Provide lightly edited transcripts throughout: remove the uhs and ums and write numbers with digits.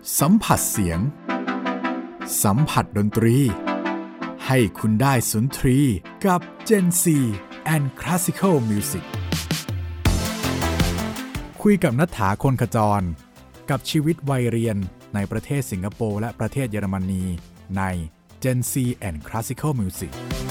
สัมผัสเสียงสัมผัสดนตรีให้คุณได้สุนทรีกับ Gen C and Classical Music คุยกับณัฐฐา คนขจรกับชีวิตวัยเรียนในประเทศสิงคโปร์และประเทศเยอรมนีใน Gen C and Classical Music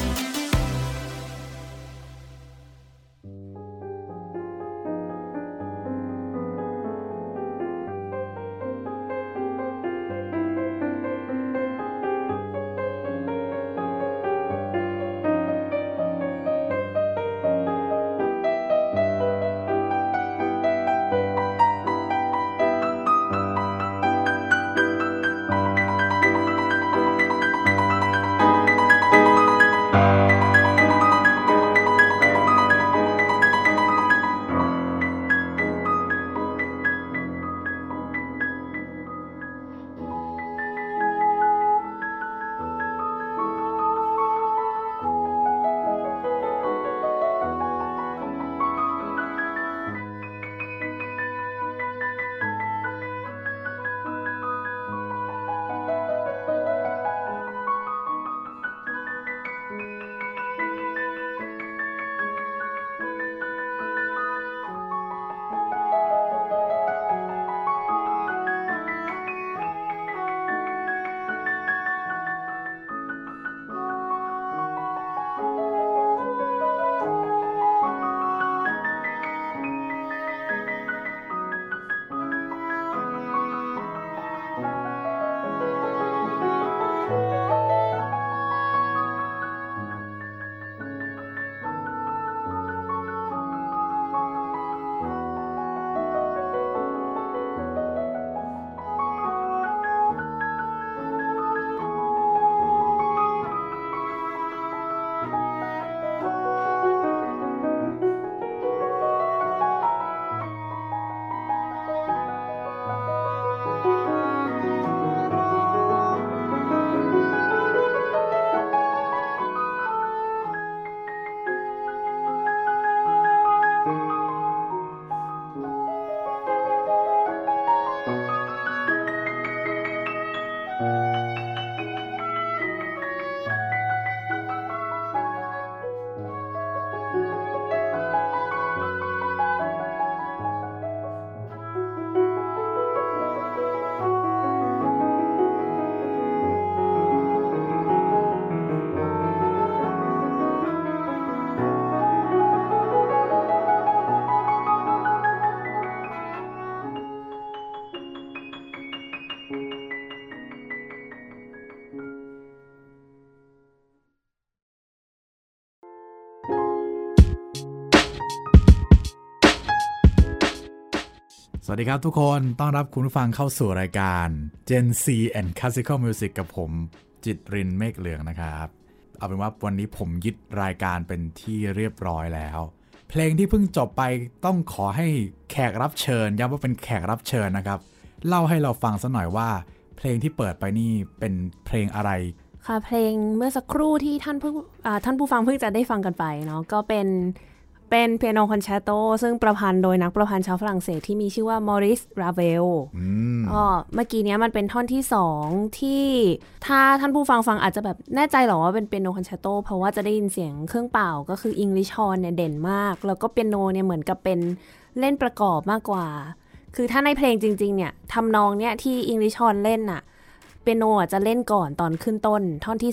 สวัสดีครับทุกคนต้อนรับคุณผู้ฟังเข้าสู่รายการ Gen C and Classical Music กับผมจิตรินทร์เมฆเหลืองนะครับเอาเป็นว่าวันนี้ผมยึดรายการเป็นที่เรียบร้อยแล้วเพลงที่เพิ่งจบไปต้องขอให้แขกรับเชิญย้ำว่าเป็นแขกรับเชิญนะครับเล่าให้เราฟังสักหน่อยว่าเพลงที่เปิดไปนี่เป็นเพลงอะไรค่ะเพลงเมื่อสักครู่ที่ท่านผู้ฟังเพิ่งจะได้ฟังกันไปเนาะก็เป็นเปียโนคอนแชร์โตซึ่งประพันธ์โดยนักประพันธ์ชาวฝรั่งเศสที่มีชื่อว่ามอริส ราเวลเมื่อกี้นี้มันเป็นท่อนที่2ที่ถ้าท่านผู้ฟังอาจจะแบบแน่ใจหรอว่าเป็นเปียโนคอนแชร์โตเพราะว่าจะได้ยินเสียงเครื่องเป่าก็คือ English horn เนี่ยเด่นมากแล้วก็เปียโนเนี่ยเหมือนกับเป็นเล่นประกอบมากกว่าคือถ้าในเพลงจริงๆเนี่ยทำนองเนี่ยที่ English horn เล่นน่ะเปียโนจะเล่นก่อนตอนขึ้นต้นท่อนที่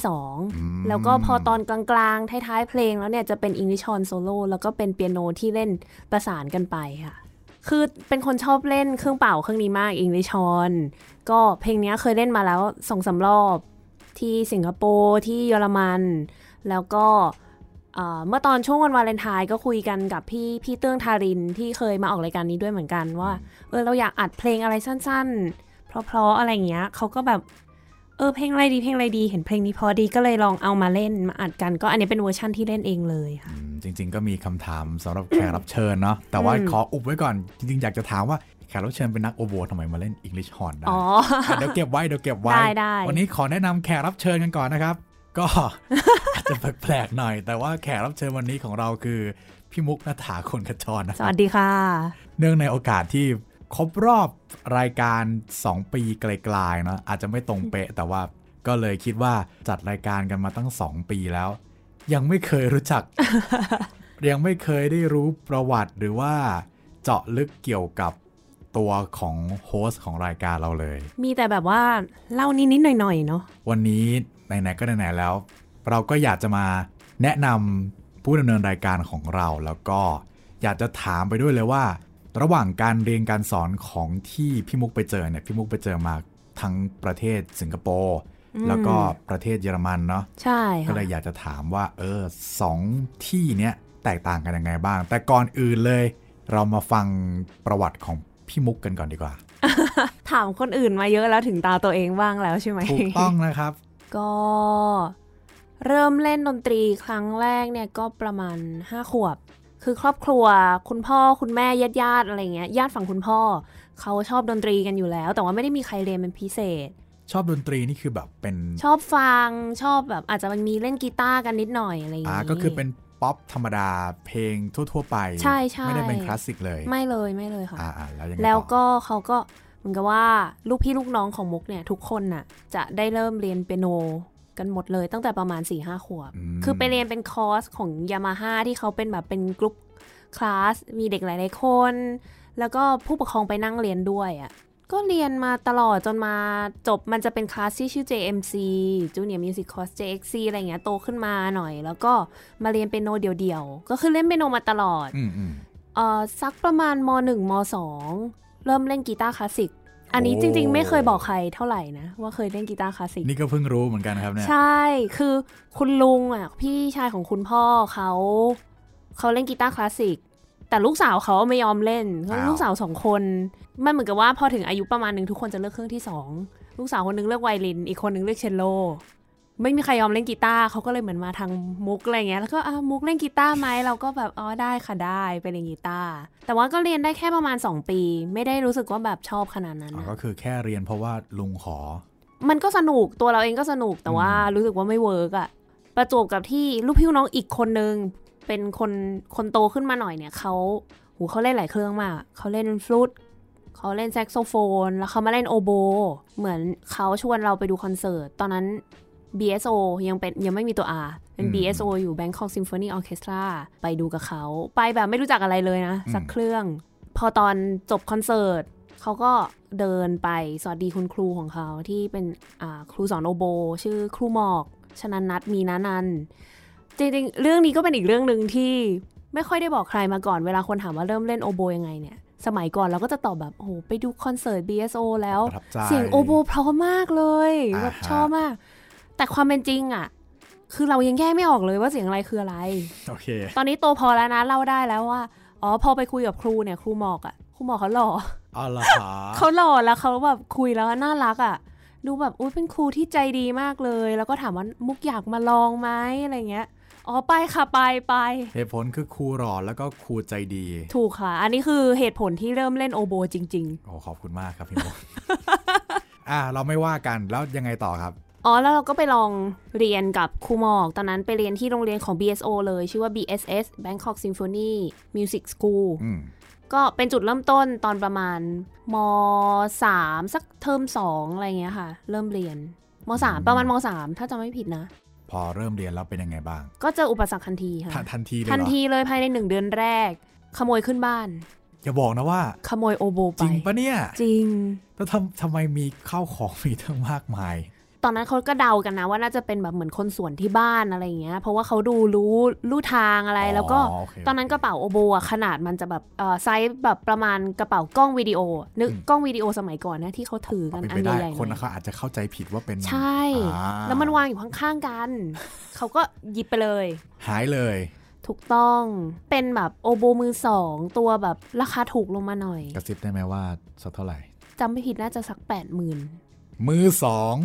2แล้วก็พอตอนกลางๆท้ายๆเพลงแล้วเนี่ยจะเป็น English horn solo แล้วก็เป็นเปียโนที่เล่นประสานกันไปค่ะคือเป็นคนชอบเล่นเครื่องเป่าเครื่องนี้มาก English horn ก็เพลงนี้เคยเล่นมาแล้ว 2-3 รอบที่สิงคโปร์ที่เยอรมันแล้วก็เมื่อตอนช่วงวันวาเลนไทน์ก็คุยกันกับพี่เตื้องทารินที่เคยมาออกรายการนี้ด้วยเหมือนกันว่าเราอยากอัดเพลงอะไรสั้นๆเพราะอะไรอย่างเงี้ยเขาก็แบบ เพลงอะไรดีเห็นเพลงนี้พอดีก็เลยลองเอามาเล่นมาอัดกันก็อันนี้เป็นเวอร์ชั่นที่เล่นเองเลยค่ะจริงๆก็มีคำถามสำหรับแขกรับเชิญเนาะแต่ว่าขออุบไว้ก่อนจริงๆอยากจะถามว่าแขกรับเชิญเป็นนักโอโบทำไมมาเล่น English Horn ได้เดี๋ยวเก็บไว้วันนี้ขอแนะนำแขกรับเชิญกันก่อนนะครับก็อาจจะแปลกๆหน่อยแต่ว่าแขกรับเชิญวันนี้ของเราคือพี่มุกณัฐฐา คนขจรนะสวัสดีค่ะเนื่องในโอกาสที่ครบรอบรายการ2 ปีไกลๆเนาะอาจจะไม่ตรงเป๊ะแต่ว่าก็เลยคิดว่าจัดรายการกันมาตั้ง2 ปีแล้วยังไม่เคยรู้จัก ยังไม่เคยได้รู้ประวัติหรือว่าเจาะลึกเกี่ยวกับตัวของโฮสต์ของรายการเราเลยมีแต่แบบว่าเล่านิดๆหน่อยๆเนาะวันนี้ไหนๆก็ไหนๆแล้วเราก็อยากจะมาแนะนำผู้ดำเนินรายการของเราแล้วก็อยากจะถามไปด้วยเลยว่าระหว่างการเรียนการสอนของที่พี่มุกไปเจอเนี่ยพี่มุกไปเจอมาทั้งประเทศสิงคโปร์แล้วก็ประเทศเยอรมันเนาะใช่ก็เลยอยากจะถามว่าสองที่เนี้ยแตกต่างกันยังไงบ้างแต่ก่อนอื่นเลยเรามาฟังประวัติของพี่มุกกันก่อนดีกว่าถามคนอื่นมาเยอะแล้วถึงตาตัวเองบ้างแล้วใช่ไหมถูกต้องนะครับก็เริ่มเล่นดนตรีครั้งแรกเนี่ยก็ประมาณ5 ขวบคือครอบครัวคุณพ่อคุณแม่ญาติอะไรเงี้ยญาติฝั่งคุณพ่อเขาชอบดนตรีกันอยู่แล้วแต่ว่าไม่ได้มีใครเรียนเป็นพิเศษชอบดนตรีนี่คือแบบเป็นชอบฟังชอบแบบอาจจะมีเล่นกีตาร์กันนิดหน่อยอะไรอย่างงี้ก็คือเป็นป๊อปธรรมดาเพลงทั่วๆไปใช่ๆไม่ได้เป็นคลาสสิกเลยไม่เลยค่ะแล้วยังไงแล้วก็เขาก็เหมือนกับว่าลูกพี่ลูกน้องของมุกเนี่ยทุกคนน่ะจะได้เริ่มเรียนเปียโนกันหมดเลยตั้งแต่ประมาณ 4-5 ขวบคือไปเรียนเป็นคอร์สของ Yamaha ที่เขาเป็นแบบเป็นกรุ๊ปคลาสมีเด็กหลายๆคนแล้วก็ผู้ปกครองไปนั่งเรียนด้วยอ่ะก็เรียนมาตลอดจนมาจบมันจะเป็นคลาสที่ชื่อ JMC Junior Music Course JXC อะไรเงี้ยโตขึ้นมาหน่อยแล้วก็มาเรียนเปียโนเดี่ยวๆก็คือเล่นเปียโนมาตลอดสักประมาณม.1 ม.2 เริ่มเล่นกีตาร์คลาสสิกอันนี้จริงๆไม่เคยบอกใครเท่าไหร่นะว่าเคยเล่นกีตาร์คลาสสิกนี่ก็เพิ่งรู้เหมือนกันครับเนี่ยใช่คือคุณลุงอ่ะพี่ชายของคุณพ่อเขาเล่นกีตาร์คลาสสิกแต่ลูกสาวเขาไม่ยอมเล่นเพราะลูกสาว2 คนมันเหมือนกับว่าพอถึงอายุประมาณนึงทุกคนจะเลือกเครื่องที่2ลูกสาวคนนึงเลือกไวโอลินอีกคนนึงเลือกเชลโลไม่มีใครยอมเล่นกีตาร์เขาก็เลยเหมือนมาทางมุกอะไรเงี้ยแล้วก็มุกเล่นกีตาร์ไหมเราก็แบบได้ค่ะได้ไปเรียนกีตาร์แต่ว่าก็เรียนได้แค่ประมาณ2 ปีไม่ได้รู้สึกว่าแบบชอบขนาดนั้นก็คือแค่เรียนเพราะว่าลุงขอมันก็สนุกตัวเราเองก็สนุกแต่ว่ารู้สึกว่าไม่เวิร์กอะประจวบกับที่ลูกพี่น้องอีกคนนึงเป็นคนโตขึ้นมาหน่อยเนี่ยเขาเล่นหลายเครื่องมากเขาเล่นฟลูตเขาเล่นแซกโซโฟนแล้วเขามาเล่นโอโบเหมือนเขาชวนเราไปดูคอนเสิร์ตตอนนั้น BSO ยังไม่มีตัว R เป็น BSO อยู่ Bangkok Symphony Orchestra ไปดูกับเขาไปแบบไม่รู้จักอะไรเลยนะสักเครื่องพอตอนจบคอนเสิร์ตเขาก็เดินไปสวัสดีคุณครูของเขาที่เป็นครูสอนโอโบชื่อครูหมอกชนันนัทมีนานันจริงๆเรื่องนี้ก็เป็นอีกเรื่องนึงที่ไม่ค่อยได้บอกใครมาก่อนเวลาคนถามว่าเริ่มเล่นโอโบยังไงเนี่ยสมัยก่อนเราก็จะตอบแบบโอ้โหไปดูคอนเสิร์ต BSO แล้วเสียงโอโบเพราะมากเลยแบบชอบมากแต่ความเป็นจริงอ่ะคือเรายังแยกไม่ออกเลยว่าเสียงอะไรคืออะไรโอเคตอนนี้โตพอแล้วนะเล่าได้แล้วว่าพอไปคุยกับครูเนี่ยครูหมอกเขาหล่อเขาหล่อแล้วเขาแบบคุยแล้วน่ารักอ่ะดูแบบอุ๊ยเป็นครูที่ใจดีมากเลยแล้วก็ถามว่ามุกอยากมาลองไหมอะไรเงี้ยไปค่ะไปเหตุผลคือครูหล่อแล้วก็ครูใจดีถูกค่ะอันนี้คือเหตุผลที่เริ่มเล่นโอโบจริงๆขอบคุณมากครับพี่มุก เราไม่ว่ากันแล้วยังไงต่อครับแล้วเราก็ไปลองเรียนกับครูหมอกตอนนั้นไปเรียนที่โรงเรียนของ BSO เลยชื่อว่า BSS Bangkok Symphony Music School ก็เป็นจุดเริ่มต้นตอนประมาณม.3 สักเทอม2อะไรเงี้ยค่ะเริ่มเรียนม.3 ประมาณม.3 ถ้าจำไม่ผิดนะพอเริ่มเรียนแล้วเป็นยังไงบ้างก็เจออุปสรรคทันทีค่ะทันทีเลยภายใน1 เดือนแรกขโมยขึ้นบ้านอย่าบอกนะว่าขโมยโอโบไปจริงปะเนี่ยจริงแล้วทำไมมีข้าวของมีทั้งมากมายตอนนั้นเขาก็เดากันนะว่าน่าจะเป็นแบบเหมือนคนสวนที่บ้านอะไรอย่างเงี้ยเพราะว่าเขารู้ทางอะไรแล้วก็ตอนนั้นกระเป๋าโอโบอ่ะขนาดมันจะแบบไซส์แบบประมาณกระเป๋ากล้องวิดีโอนึกกล้องวิดีโอสมัยก่อนนะที่เขาถือกันอันใหญ่ๆคนเขาอาจจะเข้าใจผิดว่าเป็นใช่แล้วมันวางอยู่ข้างๆกันเขาก็หยิบไปเลยหายเลยถูกต้องเป็นแบบโอโบมือ2ตัวแบบราคาถูกลงมาหน่อยกระซิบได้ไหมว่าสักเท่าไหร่จำไม่ผิดน่าจะสัก 80,000 มือ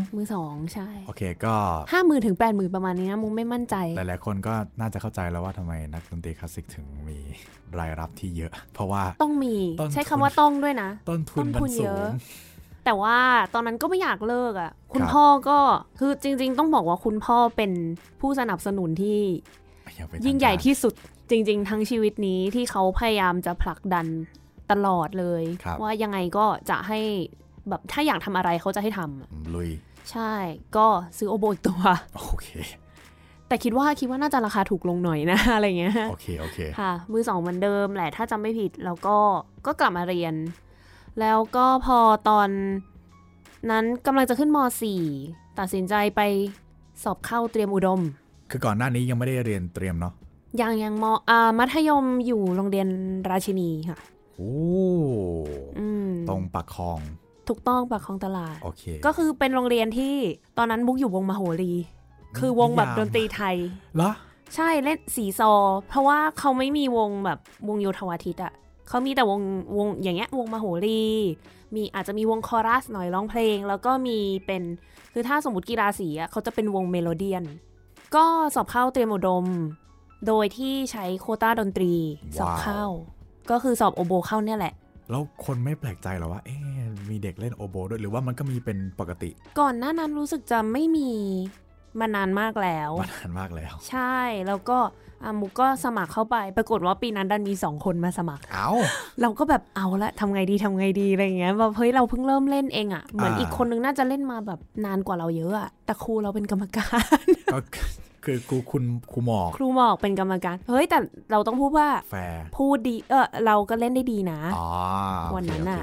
2 ใช่โอเคก็ 50,000 ถึง 80,000 ประมาณนี้นะมุ้งไม่มั่นใจหลายๆคนก็น่าจะเข้าใจแล้วว่าทำไมนักดนตรีคลาสสิกถึงมีรายรับที่เยอะเพราะว่าต้องมีใช้คำว่าต้องด้วยนะต้นทุนมันสูงแต่ว่าตอนนั้นก็ไม่อยากเลิกอ่ะคุณพ่อก็คือจริงๆต้องบอกว่าคุณพ่อเป็นผู้สนับสนุนที่ยิ่งใหญ่ที่สุดจริงๆทั้งชีวิตนี้ที่เขาพยายามจะผลักดันตลอดเลยว่ายังไงก็จะให้แบบถ้าอยากทำอะไรเขาจะให้ทำลุยใช่ก็ซื้อโอโบอีกตัวโอเคแต่คิดว่าน่าจะราคาถูกลงหน่อยนะอะไรเงี้ยโอเคค่ะมือสองเหมือนเดิมแหละถ้าจำไม่ผิดแล้วก็กลับมาเรียนแล้วก็พอตอนนั้นกำลังจะขึ้นม.4 ตัดสินใจไปสอบเข้าเตรียมอุดมคือก่อนหน้านี้ยังไม่ได้เรียนเตรียมเนาะยังมัธยมอยู่โรงเรียนราชินีค่ะโอ้ตรงปากคลองถูกต้องปากคลองตลาดโอเคก็คือเป็นโรงเรียนที่ตอนนั้นมุกอยู่วงมโหรีคือวงแบบดนตรีไทยเหรอใช่เล่นสีซอเพราะว่าเขาไม่มีวงแบบวงโยธวาทิตอ่ะเขามีแต่วงอย่างเงี้ยวงมโหรีมีอาจจะมีวงคอรัสหน่อยร้องเพลงแล้วก็มีเป็นคือถ้าสมมติกีฬาสีอ่ะเขาจะเป็นวงเมโลเดียนก็สอบเข้าเตรียมอุดมโดยที่ใช้โควต้าดนตรีสอบเข้าก็คือสอบโอโบเข้าเนี่ยแหละแล้วคนไม่แปลกใจหรอว่ามีเด็กเล่นโอโบด้วยหรือว่ามันก็มีเป็นปกติก่อนหน้านั้นรู้สึกจะไม่มีมานานมากแล้วใช่แล้วก็มุกก็สมัครเข้าไปปรากฏว่าปีนั้นดันมี2คนมาสมัครเราก็แบบเอาละทำไงดีอะไรอย่างเงี้ยแบบเฮ้ยเราเพิ่งเริ่มเล่นเองอ่ะเหมือนอีกคนนึงน่าจะเล่นมาแบบนานกว่าเราเยอะอ่ะแต่ครูเราเป็นกรรมการคือครูหมอกเป็นกรรมการเฮ้ยแต่เราต้องพูดว่าแฟร์พูดดีเราก็เล่นได้ดีนะวันนั้นน่ะ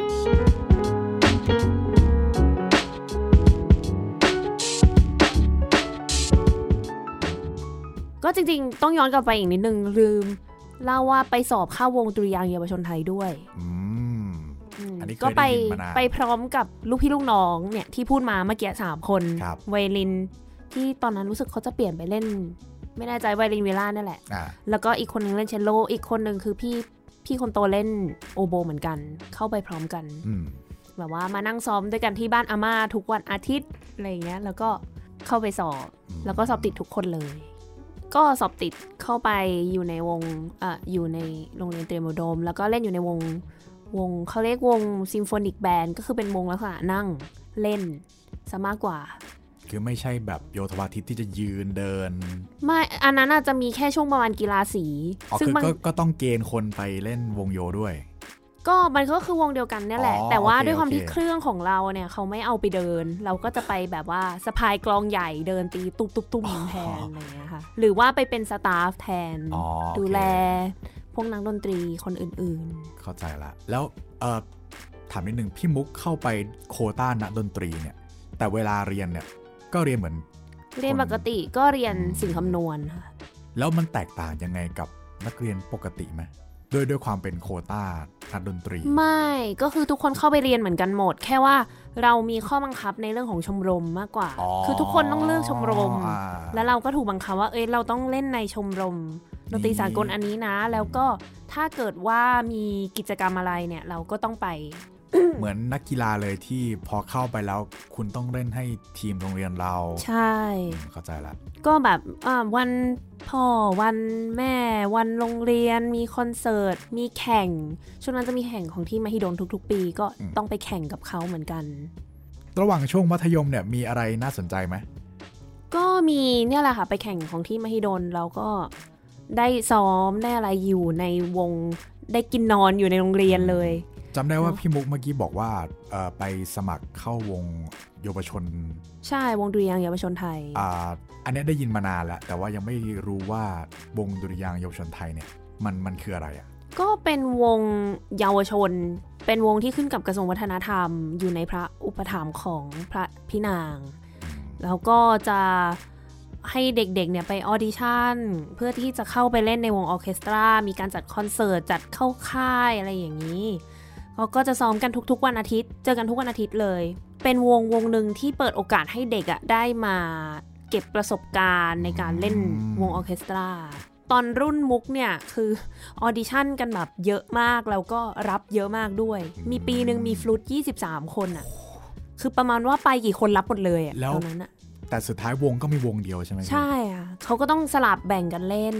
ก็จริงๆต้องย้อนกลับไปอีกนิดนึงลืมเล่าว่าไปสอบเข้าวงดุริยางค์เยาวชนไทยด้วยอันนี้ก็ไปพร้อมกับลูกพี่ลูกน้องเนี่ยที่พูดมาเมื่อกี้3คนไวโอลินที่ตอนนั้นรู้สึกเขาจะเปลี่ยนไปเล่นไม่แน่ใจไวโอลินเวล่านั่นแหละแล้วก็อีกคนนึงเล่นเชลโลอีกคนนึงคือพี่คนโตเล่นโอโบเหมือนกันเข้าไปพร้อมกันแบบว่ามานั่งซ้อมด้วยกันที่บ้านอาม่าทุกวันอาทิตย์อะไรอย่างเงี้ยแล้วก็เข้าไปสอบแล้วก็สอบติดทุกคนเลยก็สอบติดเข้าไปอยู่ในวงอยู่ในโรงเรียนเตรียมอุดมแล้วก็เล่นอยู่ในวงเขาเรียกวงซิมโฟนิกแบนด์ก็คือเป็นวงลักษณะนั่งเล่นซะมากกว่าคือไม่ใช่แบบโยธวาทิตที่จะยืนเดินไม่อันนั้นอาจจะมีแค่ช่วงประมาณกีฬาสีซึ่งก็ต้องเกณฑ์คนไปเล่นวงโยด้วยก็มันก็คือวงเดียวกันเนี่ยแหละแต่ว่าด้วยความที่เครื่องของเราเนี่ยเขาไม่เอาไปเดินเราก็จะไปแบบว่าสะพายกลองใหญ่เดินตีตุ้มแทนอะไรเงี้ยค่ะหรือว่าไปเป็นสตาฟแทนดูแลพวกนักดนตรีคนอื่นๆเข้าใจละแล้วถามนิดนึงพี่มุกเข้าไปโควต้านักดนตรีเนี่ยแต่เวลาเรียนเนี่ยก็เรียนเหมือนเรียนปกติก็เรียนสิ่งคำนวณค่ะแล้วมันแตกต่างยังไงกับนักเรียนปกติไหมด้วยความเป็นโควต้านักดนตรีไม่ก็คือทุกคนเข้าไปเรียนเหมือนกันหมดแค่ว่าเรามีข้อบังคับในเรื่องของชมรมมากกว่าคือทุกคนต้องเลือกชมรมแล้วเราก็ถูกบังคับว่าเราต้องเล่นในชมรมดนตรีสากลอันนี้นะแล้วก็ถ้าเกิดว่ามีกิจกรรมอะไรเนี่ยเราก็ต้องไปเหมือนนักกีฬาเลยที่พอเข้าไปแล้วคุณต้องเล่นให้ทีมโรงเรียนเราใช่เข้าใจละก็แบบวันพ่อวันแม่วันโรงเรียนมีคอนเสิร์ตมีแข่งช่วงนั้นจะมีแข่งของที่มหิดลทุกๆปีก็ต้องไปแข่งกับเขาเหมือนกันระหว่างช่วงมัธยมเนี่ยมีอะไรน่าสนใจไหมก็มีเนี่ยแหละค่ะไปแข่งของที่มหิดลแล้วก็ได้ซ้อมได้อะไรอยู่ในวงได้กินนอนอยู่ในโรงเรียนเลยจำได้ว่าพี่มุกเมื่อกี้บอกว่าไปสมัครเข้าวงเยาวชนใช่วงดุริยางค์เยาวชนไทยอันนี้ได้ยินมานานแล้วแต่ว่ายังไม่รู้ว่าวงดุริยางค์เยาวชนไทยเนี่ยมันคืออะไรอ่ะก็เป็นวงเยาวชนเป็นวงที่ขึ้นกับกระทรวงวัฒนธรรมอยู่ในพระอุปถัมภ์ของพระพี่นางแล้วก็จะให้เด็กๆเนี่ยไปออดิชั่นเพื่อที่จะเข้าไปเล่นในวงออร์เคสตรามีการจัดคอนเสิร์ตจัดเข้าค่ายอะไรอย่างนี้ก็จะซ้อมกันทุกๆวันอาทิตย์เจอกันทุกวันอาทิตย์เลยเป็นวงหนึ่งที่เปิดโอกาสให้เด็กได้มาเก็บประสบการณ์ในการเล่นวงออร์เคสตราตอนรุ่นมุกเนี่ยคือออดิชั่นกันแบบเยอะมากแล้วก็รับเยอะมากด้วยมีปีนึงมีฟลุต23คนอ่ะคือประมาณว่าไปกี่คนรับหมดเลยตอนนั้นอ่ะแต่สุดท้ายวงก็มีวงเดียวใช่ไหมใช่อ่ะเขาก็ต้องสลับแบ่งกันเล่น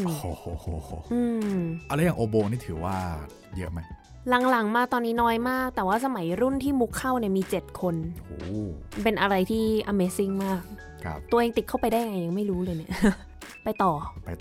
อะไรอย่างโอโบนี่ถือว่าเยอะไหมหลังๆมาตอนนี้น้อยมากแต่ว่าสมัยรุ่นที่มุกเข้าเนี่ยมี7คนเป็นอะไรที่ Amazing มากตัวเองติดเข้าไปได้ไงยังไม่รู้เลยเนี่ยไปต่อ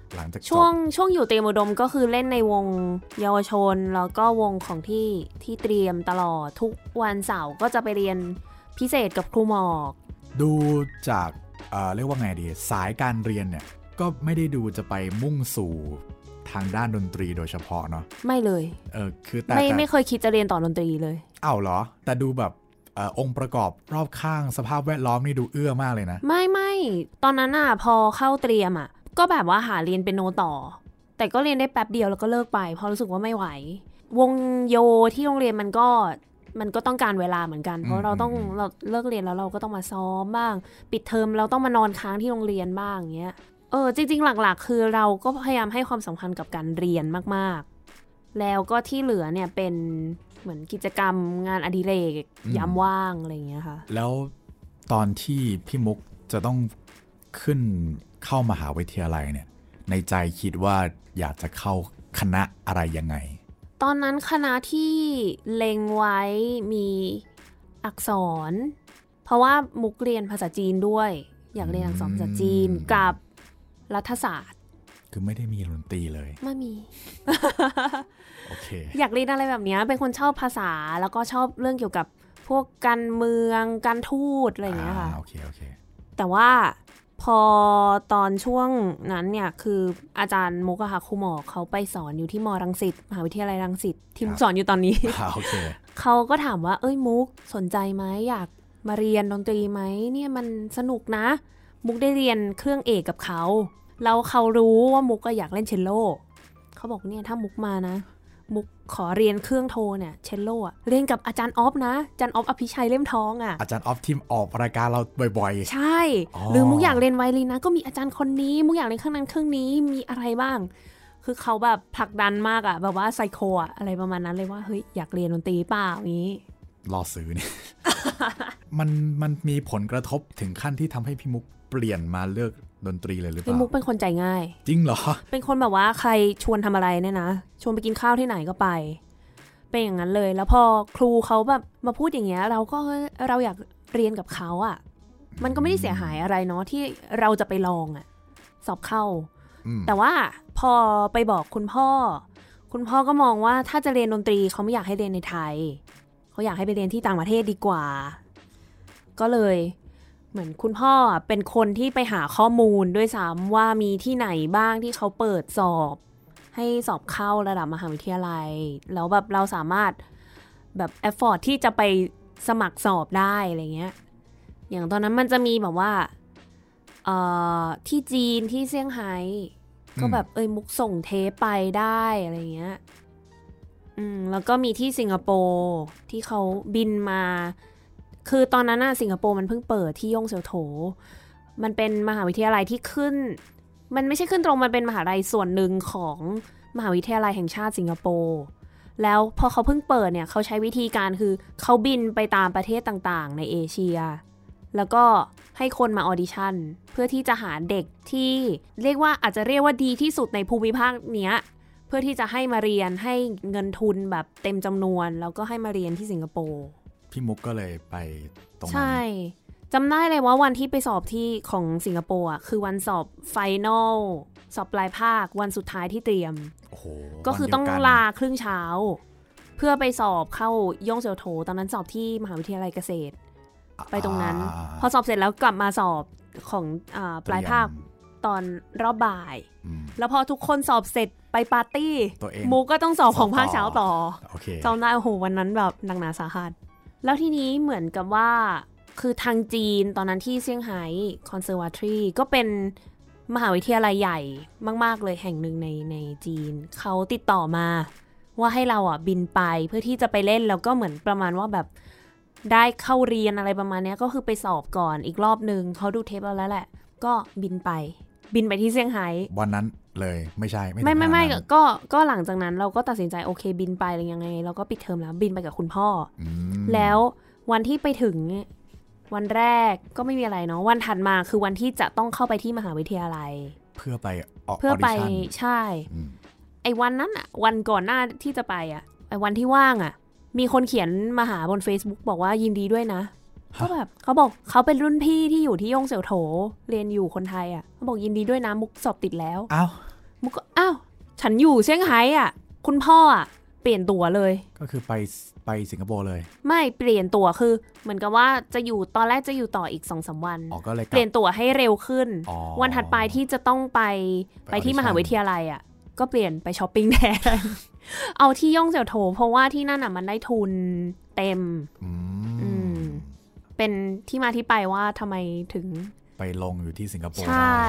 หลังจากช่วงอยู่เตรียมอุดมก็คือเล่นในวงเยาวชนแล้วก็วงของที่เตรียมตลอดทุกวันเสาร์ก็จะไปเรียนพิเศษกับครูหมอกดูจากเรียกว่าไงดีสายการเรียนเนี่ยก็ไม่ได้ดูจะไปมุ่งสู่ทางด้านดนตรีโดยเฉพาะเนาะไม่เลยคือแต่ไม่เคยคิดจะเรียนต่อดนตรีเลยอ้าวเหรอแต่ดูแบบองค์ประกอบรอบข้างสภาพแวดล้อมนี่ดูเอื้อมากเลยนะไม่ตอนนั้นพอเข้าเตรียมก็แบบว่าหาเรียนเปียโนต่อแต่ก็เรียนได้แป๊บเดียวแล้วก็เลิกไปเพราะรู้สึกว่าไม่ไหววงโยที่โรงเรียนมันก็ต้องการเวลาเหมือนกันเพราะเราเลิกเรียนแล้วเราก็ต้องมาซ้อมบ้างปิดเทอมเราต้องมานอนค้างที่โรงเรียนบ้างอย่างเงี้ยจริงๆหลักๆคือเราก็พยายามให้ความสำคัญกับการเรียนมากๆแล้วก็ที่เหลือเนี่ยเป็นเหมือนกิจกรรมงานอดิเรกยามว่างอะไรอย่างเงี้ยค่ะแล้วตอนที่พี่มุกจะต้องขึ้นเข้ามหาวิทยาลัยเนี่ยในใจคิดว่าอยากจะเข้าคณะอะไรยังไงตอนนั้นคณะที่เล็งไว้มีอักษรเพราะว่ามุกเรียนภาษาจีนด้วยอยากเรียนอักษรภาษาจีนกับรัฐศาสตร์คือไม่ได้มีดนตรีเลยไม่มีโอเคอยากเรียนอะไรแบบนี้เป็นคนชอบภาษาแล้วก็ชอบเรื่องเกี่ยวกับพวกการเมืองการทูตอะไรอย่างเงี้ยค่ะโอเคแต่ว่าพอตอนช่วงนั้นเนี่ยคืออาจารย์มุกค่ะครูหมอเขาไปสอนอยู่ที่มรังสิตมหาวิทยาลัยรังสิตที่มุกสอนอยู่ตอนนี้ เขาก็ถามว่ามุกสนใจไหมอยากมาเรียนดนตรีไหมเนี่ยมันสนุกนะมุกได้เรียนเครื่องเอกกับเขาแล้วเขารู้ว่ามุกก็อยากเล่นเชลโลเขาบอกเนี่ยถ้ามุกมานะมุกขอเรียนเครื่องโทเนี่ยเชลโลเรียนกับอาจารย์ออฟนะอาจารย์ออฟอภิชัยเล่มทองอาจารย์ออฟที่ออกรายการเราบ่อยๆใช่หรือมุกอยากเรียนไวโอลินนะก็มีอาจารย์คนนี้มุกอยากเรียนเครื่องนั้นเครื่องนี้มีอะไรบ้างคือเขาแบบผลักดันมากแบบว่าไซโคอะไรประมาณนั้นเลยว่าเฮ้ยอยากเรียนดนตรีเปล่าอย่างนี้รอซื้อเนี่ย มันมีผลกระทบถึงขั้นที่ทำให้พี่มุกเปลี่ยนมาเลือกดนตรีเลยหรือเปล่าพี่มุกเป็นคนใจง่ายจริงเหรอเป็นคนแบบว่าใครชวนทำอะไรเนี่ยนะชวนไปกินข้าวที่ไหนก็ไปเป็นอย่างนั้นเลยแล้วพอครูเขาแบบมาพูดอย่างเงี้ยเราอยากเรียนกับเขามันก็ไม่ได้เสียหายอะไรเนาะที่เราจะไปลองสอบเข้าแต่ว่าพอไปบอกคุณพ่อก็มองว่าถ้าจะเรียนดนตรีเขาไม่อยากให้เรียนในไทยเขาอยากให้ไปเรียนที่ต่างประเทศดีกว่าก็เลยเหมือนคุณพ่อเป็นคนที่ไปหาข้อมูลด้วยซ้ำว่ามีที่ไหนบ้างที่เขาเปิดสอบให้สอบเข้าระดับมหาวิทยาลัยแล้วแบบเราสามารถแบบแอฟฟอร์ดที่จะไปสมัครสอบได้อะไรเงี้ยอย่างตอนนั้นมันจะมีแบบว่าที่จีนที่เซี่ยงไฮ้ก็แบบมุกส่งเทปไปได้อะไรเงี้ยแล้วก็มีที่สิงคโปร์ที่เขาบินมาคือตอนนั้นสิงคโปร์มันเพิ่งเปิดที่ย่งเซียวโถมันเป็นมหาวิทยาลัยที่ขึ้นมันไม่ใช่ขึ้นตรงมันเป็นมหาวิทยาลัยส่วนหนึ่งของมหาวิทยาลัยแห่งชาติสิงคโปร์แล้วพอเขาเพิ่งเปิดเนี่ยเขาใช้วิธีการคือเขาบินไปตามประเทศต่างๆในเอเชียแล้วก็ให้คนมาออดิชั่นเพื่อที่จะหาเด็กที่เรียกว่าอาจจะเรียกว่าดีที่สุดในภูมิภาคเนี้ยเพื่อที่จะให้มาเรียนให้เงินทุนแบบเต็มจำนวนแล้วก็ให้มาเรียนที่สิงคโปร์พี่มุกก็เลยไปตรงนั้นใช่จำได้เลยว่าวันที่ไปสอบที่ของสิงคโปร์คือวันสอบไฟนอลสอบปลายภาควันสุดท้ายที่เตรียมก็คือต้องลาครึ่งเช้าเพื่อไปสอบเข้าย่งเซียวโถตอนนั้นสอบที่มหาวิทยาลัยเกษตรไปตรงนั้นพอสอบเสร็จแล้วกลับมาสอบของปลายภาคตอนรอบบ่ายแล้วพอทุกคนสอบเสร็จไปปาร์ตี้มุกก็ต้องสอบของภาคเช้าต่อจำได้โอ้โหวันนั้นแบบหนักหนาสาหัสแล้วทีนี้เหมือนกับว่าคือทางจีนตอนนั้นที่เซี่ยงไฮ้คอนเซอร์วาทรีก็เป็นมหาวิทยาลัยใหญ่มากๆเลยแห่งหนึ่งในจีนเขาติดต่อมาว่าให้เราบินไปเพื่อที่จะไปเล่นแล้วก็เหมือนประมาณว่าแบบได้เข้าเรียนอะไรประมาณนี้ก็คือไปสอบก่อนอีกรอบนึงเขาดูเทปเราแล้วแหละก็บินไปที่เซี่ยงไฮ้วันนั้นเลยไม่ก็หลังจากนั้นเราก็ตัดสินใจโอเคบินไปอะไรยังไงเราก็ปิดเทอมแล้วบินไปกับคุณพ่อแล้ววันที่ไปถึงวันแรกก็ไม่มีอะไรเนาะวันถัดมาคือวันที่จะต้องเข้าไปที่มหาวิทยาลัยเพื่อไปออดิชั่นใช่ไอ้วันนั้นวันก่อนหน้าที่จะไปไอ้วันที่ว่างมีคนเขียนมาหาบน Facebook บอกว่ายินดีด้วยนะก็แบบเขาบอกเขาเป็นรุ่นพี่ที่อยู่ที่ย่งเสี่ยวโถเรียนอยู่คนไทยเขาบอกยินดีด้วยนะมุกสอบติดแล้วอ้าวมุกก็อ้าวฉันอยู่เซี่ยงไฮ้อ่ะคุณพ่ออ่ะเปลี่ยนตั๋วเลยก็คือไปสิงคโปร์เลยไม่เปลี่ยนตั๋วคือเหมือนกับว่าจะอยู่ตอนแรกจะอยู่ต่ออีก 2-3 วันก็เลยเปลี่ยนตั๋วให้เร็วขึ้นวันถัดไปที่จะต้องไปที่มหาวิทยาลัยอ่ะก็เปลี่ยนไปช้อปปิ้งแทน เอาที่ย่งเสี่ยวโถเพราะว่าที่นั่นอ่ะมันได้ทุนเต็มเป็นที่มาที่ไปว่าทำไมถึงไปลงอยู่ที่สิงคโปร์ใช่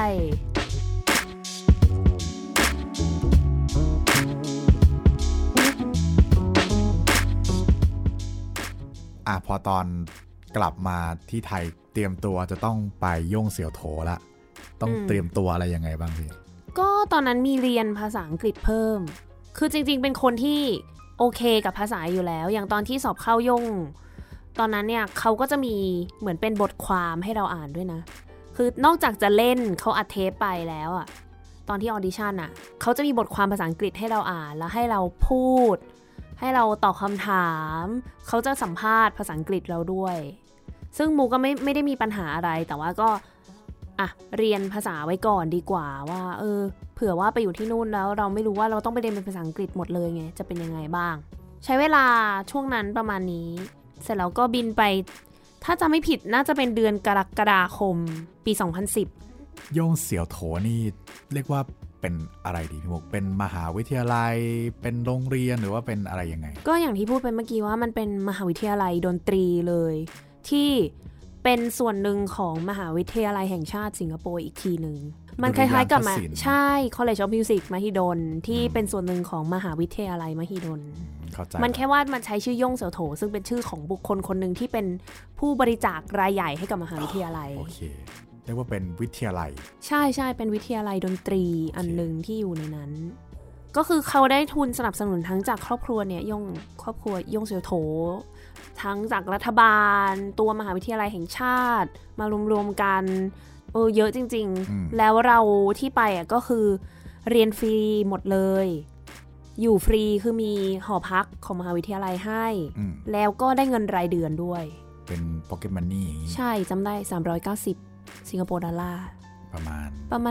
พอตอนกลับมาที่ไทยเตรียมตัวจะต้องไปย่งเสี่ยวโถละต้องเตรียมตัวอะไรยังไงบ้างพี่ก็ตอนนั้นมีเรียนภาษาอังกฤษเพิ่มคือจริงๆเป็นคนที่โอเคกับภาษาอยู่แล้วอย่างตอนที่สอบเข้าย่งตอนนั้นเนี่ยเขาก็จะมีเหมือนเป็นบทความให้เราอ่านด้วยนะคือนอกจากจะเล่นเขาอัดเทปไปแล้วอ่ะตอนที่ออดิชั่นอ่ะเขาจะมีบทความภาษาอังกฤษให้เราอ่านแล้วให้เราพูดให้เราตอบคำถามเขาจะสัมภาษณ์ภาษาอังกฤษเราด้วยซึ่งมูก็ไม่ได้มีปัญหาอะไรแต่ว่าก็เรียนภาษาไว้ก่อนดีกว่าว่าเผื่อว่าไปอยู่ที่นู่นแล้วเราไม่รู้ว่าเราต้องไปเรียนเป็นภาษาอังกฤษหมดเลยไงจะเป็นยังไงบ้างใช้เวลาช่วงนั้นประมาณนี้เสร็จแล้วก็บินไปถ้าจะไม่ผิดน่าจะเป็นเดือนกรกฎาคมปี2010 ย่งเสี่ยวโถนี่เรียกว่าเป็นอะไรดีพี่มุกเป็นมหาวิทยาลัยเป็นโรงเรียนหรือว่าเป็นอะไรยังไงก็อย่างที่พูดไปเมื่อกี้ว่ามันเป็นมหาวิทยาลัยดนตรีเลยที่เป็นส่วนหนึ่งของมหาวิทยาลัยแห่งชาติสิงคโปร์อีกทีหนึ่งมันคล้ายๆกับใช่ College of Music มหิดลที่เป็นส่วนหนึ่งของมหาวิทยาลัยมหิดลมันแค่ว่ามันใช้ชื่อย่งเสี่ยวโถซึ่งเป็นชื่อของบุคคลคนหนึ่งที่เป็นผู้บริจาครายใหญ่ให้กับมหาวิทยาลัยโอเคเรียกว่าเป็นวิทยาลัยใช่ๆเป็นวิทยาลัยดนตรีอันนึงที่อยู่ในนั้นก็คือเขาได้ทุนสนับสนุนทั้งจากครอบครัวเนี่ยครอบครัวย่งเสี่ยวโถทั้งจากรัฐบาลตัวมหาวิทยาลัยแห่งชาติมารวมๆกันเยอะจริงๆแล้วเราที่ไปก็คือเรียนฟรีหมดเลยอยู่ฟรีคือมีหอพักของมหาวิทยาลัยให้แล้วก็ได้เงินรายเดือนด้วยเป็น Pocket Money ใช่จำได้390สิงคโปร์ดอลลาร์ประมาณ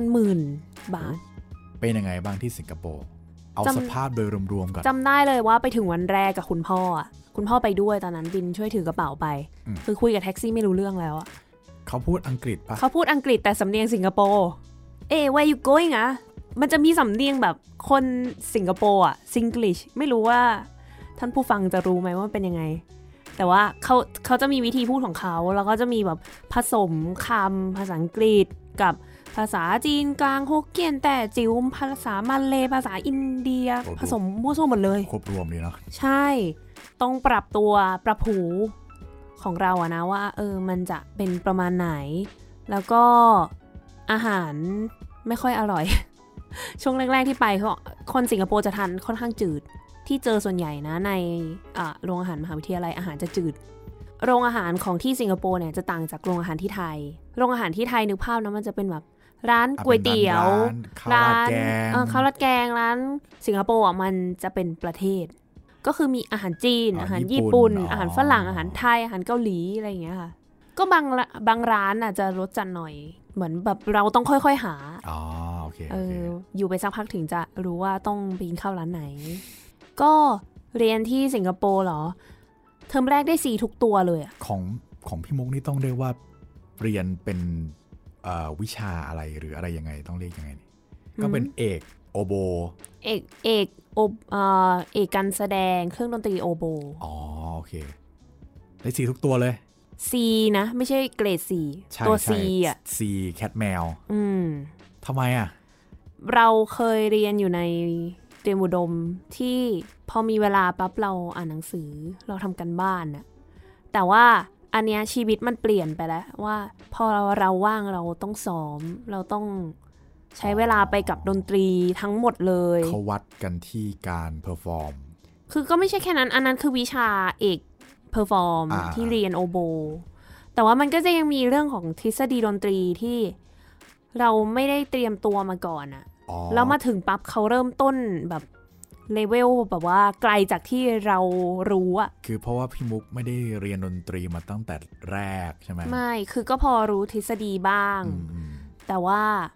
10,000 บาทเป็นยังไงบ้างที่สิงคโปร์เอาสภาพโดยรวมๆก่อนจำได้เลยว่าไปถึงวันแรกกับคุณพ่อไปด้วยตอนนั้นบินช่วยถือกระเป๋าไปคือคุยกับแท็กซี่ไม่รู้เรื่องแล้วอะเขาพูดอังกฤษปะเขาพูดอังกฤษแต่สำเนียงสิงคโปร์where you going อะมันจะมีสำเนียงแบบคนสิงคโปร์อะซิงกลิชไม่รู้ว่าท่านผู้ฟังจะรู้ไหมว่าเป็นยังไงแต่ว่าเขาจะมีวิธีพูดของเขาแล้วก็จะมีแบบผสมคำภาษาอังกฤษกับภาษาจีนกลางฮกเกี้ยนแต่จิ๋วภาษามาเลภาษาอินเดียผสมมั่วซั่วหมดเลยครบรวมเลยเนาะใช่ต้องปรับตัวปรับหูของเราอะนะว่ามันจะเป็นประมาณไหนแล้วก็อาหารไม่ค่อยอร่อย ช่วงแรกๆที่ไปคนสิงคโปร์จะทานค่อนข้างจืดที่เจอส่วนใหญ่นะในโรงอาหารมหาวิทยาลัยอาหารจะจืดโรงอาหารของที่สิงคโปร์เนี่ยจะต่างจากโรงอาหารที่ไทยโรงอาหารที่ไทยนึกภาพนะมันจะเป็นแบบร้านก๋วยเตี๋ยวร้านข้าวราดแกงร้านสิงคโปร์มันจะเป็นประเทศก็คือมีอาหารจีนอาหารญี่ปุ่นอาหารฝรั่งอาหารไทยอาหารเกาหลีอะไรอย่างเงี้ยค่ะก็บางร้านอาจจะรสจัดหน่อยเหมือนแบบเราต้องค่อยๆหาโอเคอยู่ไปสักพักถึงจะรู้ว่าต้องไปกินข้าวร้านไหนก็เรียนที่สิงคโปร์เหรอเทอมแรกได้4ทุกตัวเลยของพี่มุกนี่ต้องเรียกว่าเรียนเป็นวิชาอะไรหรืออะไรยังไงต้องเรียกยังไงก็เป็นเอกโอโบเอกการแสดงเครื่องดนตรีโอโบโอเคได้4ทุกตัวเลย C นะไม่ใช่เกรด4ตัว C อ่ะ C แคทแมวทำไมอ่ะเราเคยเรียนอยู่ในเตรียมอุดมที่พอมีเวลาปั๊บเราอ่านหนังสือเราทำกันบ้านน่ะแต่ว่าอันเนี้ยชีวิตมันเปลี่ยนไปแล้วว่าพอเราว่างเราต้องซ้อมเราต้องใช้เวลาไปกับดนตรีทั้งหมดเลยเขาวัดกันที่การเพอร์ฟอร์มคือก็ไม่ใช่แค่นั้นอันนั้นคือวิชาเอกเพอร์ฟอร์มที่เรียนโอโบแต่ว่ามันก็จะยังมีเรื่องของทฤษฎีดนตรีที่เราไม่ได้เตรียมตัวมาก่อนอะแล้วมาถึงปั๊บเขาเริ่มต้นแบบเลเวลแบบว่าไกลจากที่เรารู้อะคือเพราะว่าพี่มุกไม่ได้เรียนดนตรีมาตั้งแต่แรกใช่ไหมไม่คือก็พอรู้ทฤษฎีบ้างแต่ว่า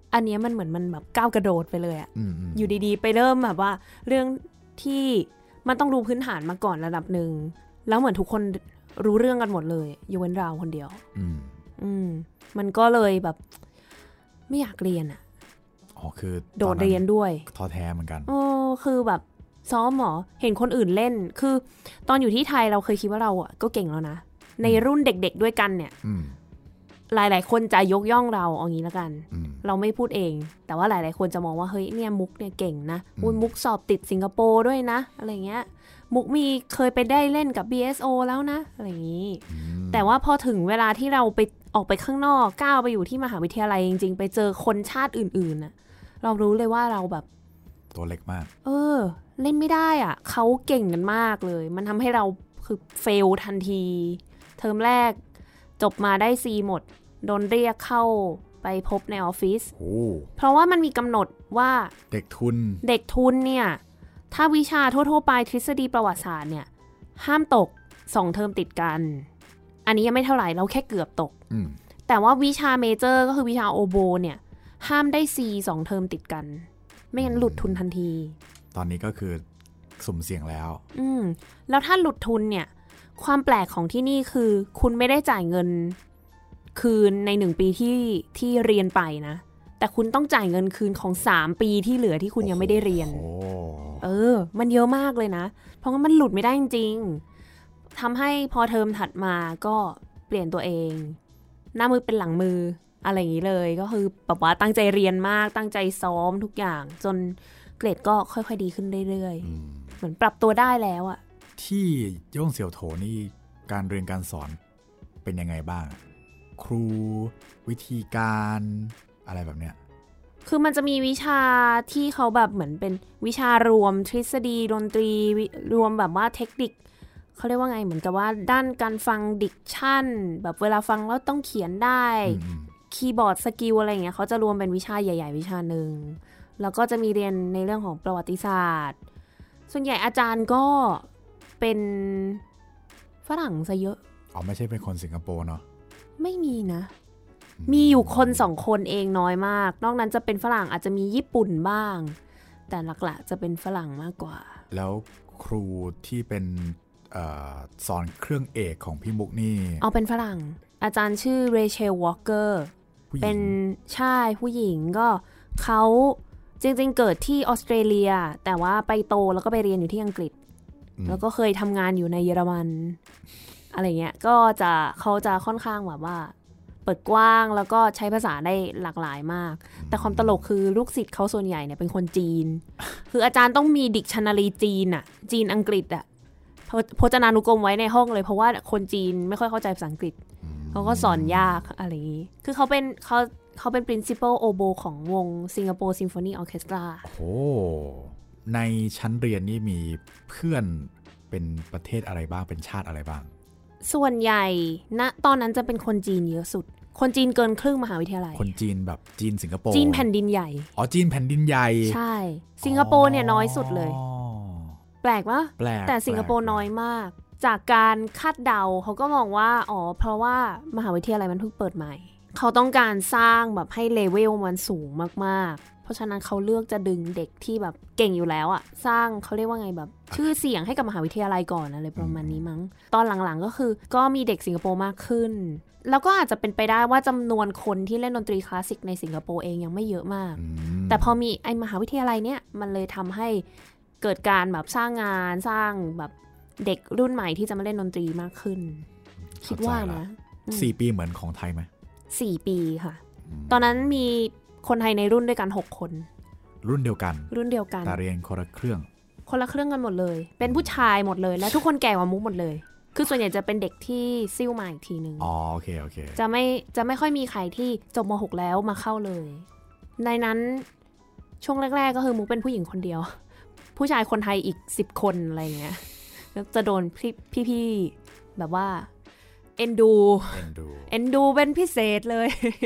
อันนี้มันเหมือนมันแบบก้าวกระโดดไปเลยอะอยู่ดีๆไปเริ่มแบบว่าเรื่องที่มันต้องรู้พื้นฐานมาก่อนระดับหนึ่งแล้วเหมือนทุกคนรู้เรื่องกันหมดเลยยกเว้นเราคนเดียวมันก็เลยแบบไม่อยากเรียนอะคือโดดเรียนด้วยท้อแท้เหมือนกันคือแบบซ้อมหรอเห็นคนอื่นเล่นคือตอนอยู่ที่ไทยเราเคยคิดว่าเราอ่ะก็เก่งแล้วนะในรุ่นเด็กๆด้วยกันเนี่ยหลายๆคนจะยกย่องเราเอางี้แล้วกันเราไม่พูดเองแต่ว่าหลายๆคนจะมองว่าเฮ้ยเนี่ยมุกเนี่ยเก่งนะมุกสอบติดสิงคโปร์ด้วยนะอะไรเงี้ยมุกมีเคยไปได้เล่นกับ BSO แล้วนะอะไรอย่างนี้แต่ว่าพอถึงเวลาที่เราไปออกไปข้างนอกก้าวไปอยู่ที่มหาวิทยาลัยจริงๆไปเจอคนชาติอื่นๆน่ะเรารู้เลยว่าเราแบบตัวเล็กมากเล่นไม่ได้อ่ะเขาเก่งกันมากเลยมันทำให้เราคือเฟลทันทีเทอมแรกจบมาได้ C หมดโดนเรียกเข้าไปพบในออฟฟิศเพราะว่ามันมีกำหนดว่าเด็กทุนเนี่ยถ้าวิชาทั่วๆไปทฤษฎีประวัติศาสตร์เนี่ยห้ามตก2เทอมติดกันอันนี้ยังไม่เท่าไหร่เราแค่เกือบตกแต่ว่าวิชาเมเจอร์ก็คือวิชาโอโบเนี่ยห้ามได้ C 2เทอมติดกันไม่งั้นหลุดทุนทันทีตอนนี้ก็คือสุ่มเสี่ยงแล้วแล้วถ้าหลุดทุนเนี่ยความแปลกของที่นี่คือคุณไม่ได้จ่ายเงินคืนใน1ปีที่เรียนไปนะแต่คุณต้องจ่ายเงินคืนของ3ปีที่เหลือที่คุณยังไม่ได้เรียนมันเยอะมากเลยนะเพราะว่ามันหลุดไม่ได้จริงๆทำให้พอเทอมถัดมาก็เปลี่ยนตัวเองหน้ามือเป็นหลังมืออะไรอย่างนี้เลยก็คือแบบว่าตั้งใจเรียนมากตั้งใจซ้อมทุกอย่างจนเกรดก็ค่อยๆดีขึ้นเรื่อยๆเหมือนปรับตัวได้แล้วอะที่ย่งเสี่ยวโถนี่การเรียนการสอนเป็นยังไงบ้างครูวิธีการอะไรแบบเนี้ยคือมันจะมีวิชาที่เขาแบบเหมือนเป็นวิชารวมทฤษฎีดนตรีรวมแบบว่าเทคนิคเขาเรียกว่าไงเหมือนกับว่าด้านการฟังดิกชั่นแบบเวลาฟังแล้วต้องเขียนได้คีย์บอร์ดสกิลอะไรอย่างเงี้ยเขาจะรวมเป็นวิชาใหญ่ๆวิชาหนึ่งแล้วก็จะมีเรียนในเรื่องของประวัติศาสตร์ส่วนใหญ่อาจารย์ก็เป็นฝรั่งซะเยอะไม่ใช่เป็นคนสิงคโปร์เนาะไม่มีนะมีอยู่คน2คนเองน้อยมากนอกนั้นจะเป็นฝรั่งอาจจะมีญี่ปุ่นบ้างแต่หลักๆจะเป็นฝรั่งมากกว่าแล้วครูที่เป็นสอนเครื่องเอกของพี่มุกนี่เป็นฝรั่งอาจารย์ชื่อเรเชลวอลเกอร์เป็นใช่ผู้หญิงก็เขาจริงๆเกิดที่ออสเตรเลียแต่ว่าไปโตแล้วก็ไปเรียนอยู่ที่อังกฤษแล้วก็เคยทำงานอยู่ในเยอรมันอะไรเงี้ยก็เขาจะค่อนข้างแบบว่าเปิดกว้างแล้วก็ใช้ภาษาได้หลากหลายมากแต่ความตลกคือลูกศิษย์เขาส่วนใหญ่เนี่ยเป็นคนจีน คืออาจารย์ต้องมีดิกชันนารีจีนอะจีนอังกฤษอะพจนานุกรมไว้ในห้องเลยเพราะว่าคนจีนไม่ค่อยเข้าใจภาษาอังกฤษเขาก็สอนยากอะไรอย่างนี้คือเขาเป็น principal oboe ของวง Singapore Symphony Orchestra ในชั้นเรียนนี่มีเพื่อนเป็นประเทศอะไรบ้างเป็นชาติอะไรบ้างส่วนใหญ่ณตอนนั้นจะเป็นคนจีนเยอะสุดคนจีนเกินครึ่งมหาวิทยาลัยคนจีนแบบจีนสิงคโปร์จีนแผ่นดินใหญ่จีนแผ่นดินใหญ่ใช่สิงคโปร์เนี่ยน้อยสุดเลยแปลกปะแต่สิงคโปร์น้อยมากจากการคาดเดาเขาก็มองว่าเพราะว่ามหาวิทยาลัยมันเพิ่งเปิดใหม่เขาต้องการสร้างแบบให้เลเวลมันสูงมากๆเพราะฉะนั้นเขาเลือกจะดึงเด็กที่แบบเก่งอยู่แล้วอะสร้างเขาเรียกว่าไงแบบชื่อเสียงให้กับมหาวิทยาลัยก่อนอะไรประมาณนี้มั้งตอนหลังๆก็คือก็มีเด็กสิงคโปร์มากขึ้นแล้วก็อาจจะเป็นไปได้ว่าจำนวนคนที่เล่นดนตรีคลาสสิกในสิงคโปร์เองยังไม่เยอะมากแต่พอมีไอ้มหาวิทยาลัยเนี้ยมันเลยทำให้เกิดการแบบสร้างงานสร้างแบบเด็กรุ่นใหม่ที่จะมาเล่นดนตรีมากขึ้นคิดว่านะ 4 ปีเหมือนของไทยไหม 4 ปีค่ะตอนนั้นมีคนไทยในรุ่นด้วยกัน6 คนรุ่นเดียวกันแต่เรียนคนละเครื่องกันหมดเลยเป็นผู้ชายหมดเลยและทุกคนแก่กว่ามุกหมดเลยคือส่วนใหญ่จะเป็นเด็กที่ซิ่วมาอีกทีนึงโอเคจะไม่ค่อยมีใครที่จบม.6 แล้วมาเข้าเลยในนั้นช่วงแรกๆก็คือมุกเป็นผู้หญิงคนเดียวผู้ชายคนไทยอีก10 คนอะไรเงี้ยจะโดนพี่ๆแบบว่าเอ็นดูเป็นพิเศษเลย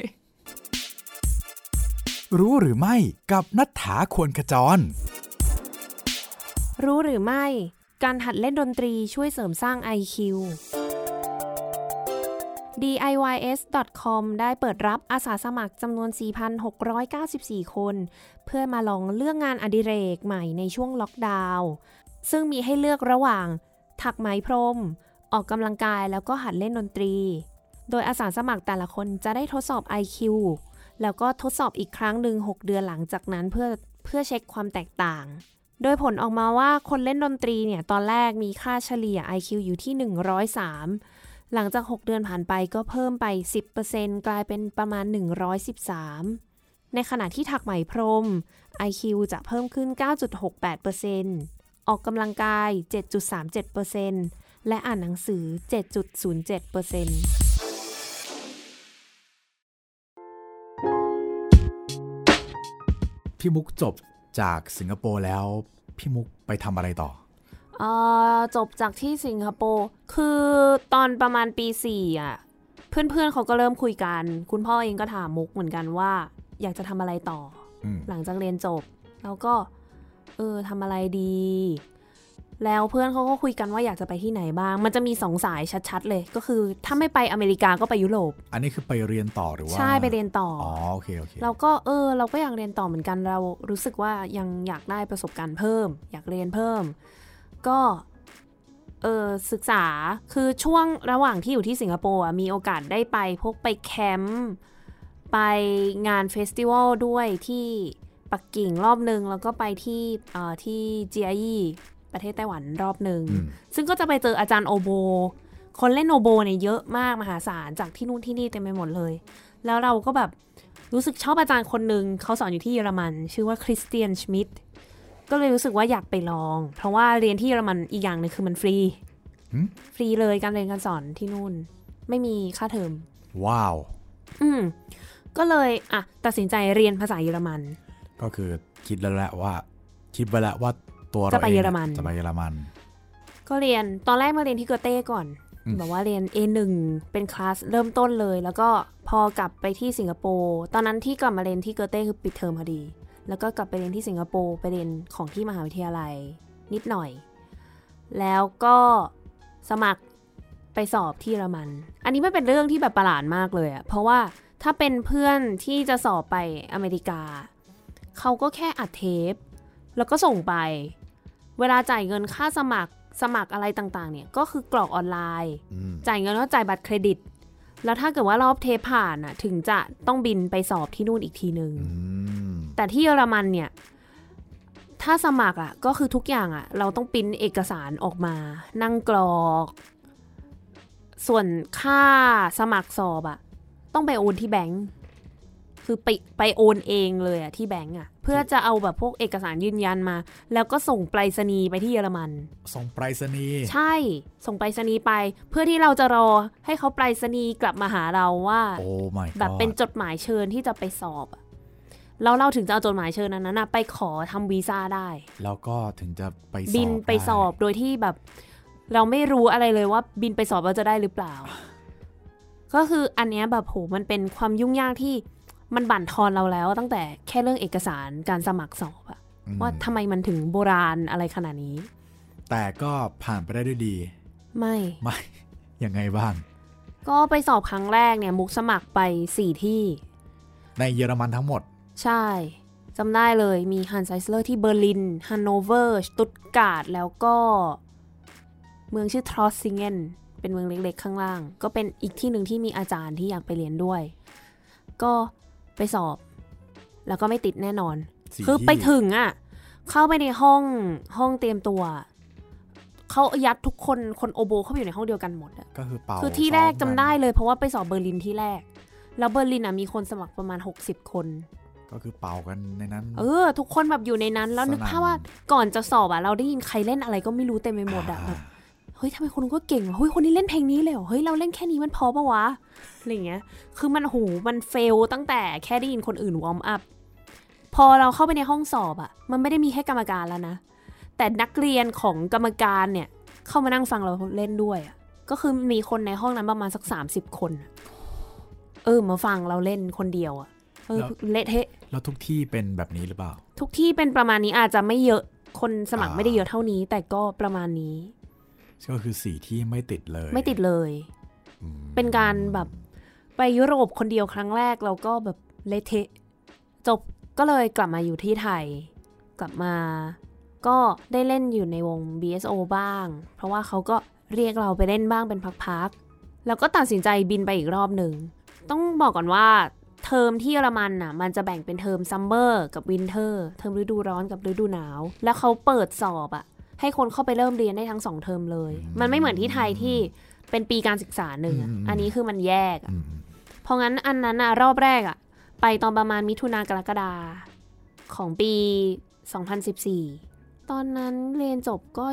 รู้หรือไม่กับณัฐฐา ควรขจรรู้หรือไม่การหัดเล่นดนตรีช่วยเสริมสร้าง IQ DIYS.com ได้เปิดรับอาสาสมัครจำนวน 4,694 คนเพื่อมาลองเลือกงานอดิเรกใหม่ในช่วงล็อกดาวน์ซึ่งมีให้เลือกระหว่างถักไหมพรมออกกำลังกายแล้วก็หัดเล่นดนตรีโดยอาสาสมัครแต่ละคนจะได้ทดสอบ IQ แล้วก็ทดสอบอีกครั้งหนึ่ง6 เดือนหลังจากนั้นเพื่อเช็คความแตกต่างโดยผลออกมาว่าคนเล่นดนตรีเนี่ยตอนแรกมีค่าเฉลี่ย IQ อยู่ที่103หลังจาก6 เดือนผ่านไปก็เพิ่มไป 10% กลายเป็นประมาณ113ในขณะที่ถักไหมพรม IQ จะเพิ่มขึ้น 9.68% ออกกำลังกาย 7.37% และอ่านหนังสือ 7.07% พี่มุกจบจากสิงคโปร์แล้วพี่มุกไปทำอะไรต่อจบจากที่สิงคโปร์คือตอนประมาณปี4อ่ะเพื่อนๆเขาก็เริ่มคุยกันคุณพ่อเองก็ถามมุกเหมือนกันว่าอยากจะทำอะไรต่อหลังจากเรียนจบแล้วก็ทำอะไรดีแล้วเพื่อนเขาก็คุยกันว่าอยากจะไปที่ไหนบ้างมันจะมี2 สายชัดๆเลยก็คือถ้าไม่ไปอเมริกาก็ไปยุโรปอันนี้คือไปเรียนต่อหรือว่าใช่ไปเรียนต่อโอเคเราก็เราก็อยากเรียนต่อเหมือนกันเรารู้สึกว่ายังอยากได้ประสบการณ์เพิ่มอยากเรียนเพิ่มก็ศึกษาคือช่วงระหว่างที่อยู่ที่สิงคโปร์มีโอกาสได้ไปพวกไปแคมป์ไปงานเฟสติวัลด้วยที่ปักกิ่งรอบนึงแล้วก็ไปที่เจียอี้ประเทศไต้หวันรอบนึงซึ่งก็จะไปเจออาจารย์โอโบคนเล่นโอโบเนี่ยเยอะมากมหาศาลจากที่นู่นที่นี่เต็มไปหมดเลยแล้วเราก็แบบรู้สึกชอบอาจารย์คนนึงเขาสอนอยู่ที่เยอรมันชื่อว่าคริสเตียนชมิดก็เลยรู้สึกว่าอยากไปลองเพราะว่าเรียนที่เยอรมันอีกอย่างนึงคือมันฟรีเลยการเรียนการสอนที่นู่นไม่มีค่าเทอมว้าวก็เลยตัดสินใจเรียนภาษาเยอรมันก็คือคิดไว้แล้วว่าตัวเราจะไปเยอรมันก็เรียนตอนแรกมาเรียนที่เกอเต้ก่อนแบบว่าเรียน A1 เป็นคลาสเริ่มต้นเลยแล้วก็พอกลับไปที่สิงคโปร์ตอนนั้นที่กลับมาเรียนที่เกอเต้คือปิดเทอมพอดีแล้วก็กลับไปเรียนที่สิงคโปร์ไปเรียนของที่มหาวิทยาลัยนิดหน่อยแล้วก็สมัครไปสอบที่เยอรมันอันนี้ไม่เป็นเรื่องที่แบบประหลาดมากเลยอะเพราะว่าถ้าเป็นเพื่อนที่จะสอบไปอเมริกาเขาก็แค่อัดเทปแล้วก็ส่งไปเวลาจ่ายเงินค่าสมัครอะไรต่างๆเนี่ยก็คือกรอกออนไลน์จ่ายเงินแล้วจ่ายบัตรเครดิตแล้วถ้าเกิดว่ารอบเทปผ่านถึงจะต้องบินไปสอบที่นู่นอีกทีนึงแต่ที่เยอรมันเนี่ยถ้าสมัครก็คือทุกอย่างเราต้องปริ้นเอกสารออกมานั่งกรอกส่วนค่าสมัครสอบต้องไปโอนที่แบงก์คือไปโอนเองเลยที่แบงก์เพื่อจะเอาแบบพวกเอกสารยืนยันมาแล้วก็ส่งไปรษณีย์ไปที่เยอรมันส่งไปรษณีย์ใช่ส่งไปรษณีย์ไปเพื่อที่เราจะรอให้เขาไปรษณีย์กลับมาหาเราว่า oh my god แบบเป็นจดหมายเชิญที่จะไปสอบแล้วเราถึงจะเอาจดหมายเชิญนั้นไปขอทำวีซ่าได้แล้วก็ถึงจะไปสอบบินไปสอบโดยที่แบบเราไม่รู้อะไรเลยว่าบินไปสอบเราจะได้หรือเปล่าก็คืออันเนี้ยแบบโหมันเป็นความยุ่งยากที่มันบั่นทอนเราแล้วตั้งแต่แค่เรื่องเอกสารการสมัครสอบว่าทำไมมันถึงโบราณอะไรขนาดนี้แต่ก็ผ่านไปได้ด้วยดีไม่ยังไงบ้างก็ไปสอบครั้งแรกเนี่ยมุกสมัครไป4ที่ในเยอรมันทั้งหมดใช่จำได้เลยมีฮันไซสเลอร์ที่เบอร์ลินฮันโนเวอร์สตุตการ์ดแล้วก็เมืองชื่อทรอสซิงเกนเป็นเมืองเล็กๆข้างล่างก็เป็นอีกที่หนึ่งที่มีอาจารย์ที่อยากไปเรียนด้วยก็ไปสอบแล้วก็ไม่ติดแน่นอนคือไปถึงเข้าไปในห้องเตรียมตัวเขายัดทุกคนโอโบเข้าไปอยู่ในห้องเดียวกันหมดก็คือเป่าคือที่แรกจำได้เลยเพราะว่าไปสอบเบอร์ลินที่แรกแล้วเบอร์ลินมีคนสมัครประมาณ60คนก็คือเป่ากันในนั้นทุกคนแบบอยู่ในนั้นแล้วนึกภาพว่าก่อนจะสอบเราได้ยินใครเล่นอะไรก็ไม่รู้เต็มไปหมดแบบเฮ้ยทำไมคนนู้นก็เก่งเฮ้ยคนนี้เล่นเพลงนี้เลยเฮ้ยเราเล่นแค่นี้มันพอปะวะอะไรเงี้ยคือมันเฟลตั้งแต่แค่ได้ยินคนอื่นวอร์มอัพพอเราเข้าไปในห้องสอบมันไม่ได้มีแค่กรรมการแล้วนะแต่นักเรียนของกรรมการเนี่ยเข้ามานั่งฟังเราเล่นด้วยก็คือมีคนในห้องนั้นประมาณสัก30คนมาฟังเราเล่นคนเดียวเละเทะแล้วทุกที่เป็นแบบนี้หรือเปล่าทุกที่เป็นประมาณนี้อาจจะไม่เยอะคนสมัครไม่ได้เยอะเท่านี้แต่ก็ประมาณนี้ก็คือ4ที่ไม่ติดเลยเป็นการแบบไปยุโรปคนเดียวครั้งแรกแล้วก็แบบเละเทะจบก็เลยกลับมาอยู่ที่ไทยกลับมาก็ได้เล่นอยู่ในวง BSO บ้างเพราะว่าเขาก็เรียกเราไปเล่นบ้างเป็นพักๆแล้วก็ตัดสินใจบินไปอีกรอบหนึ่งต้องบอกก่อนว่าเทอมที่เยอรมันน่ะมันจะแบ่งเป็นเทอมซัมเมอร์กับวินเทอร์เทอมฤดูร้อนกับฤดูหนาวแล้วเขาเปิดสอบอะให้คนเข้าไปเริ่มเรียนได้ทั้ง2เทอมเลยมันไม่เหมือนที่ไทยที่เป็นปีการศึกษาหนึ่งอันนี้คือมันแยกเพราะงั้นอันนั้นรอบแรกไปตอนประมาณมิถุนากรกฎาของปี2014ตอนนั้นเรียนจบก็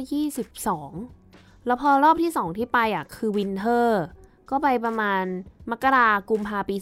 22แล้วพอรอบที่2ที่ไปคือวินเทอร์ก็ไปประมาณมกรากุมภาปี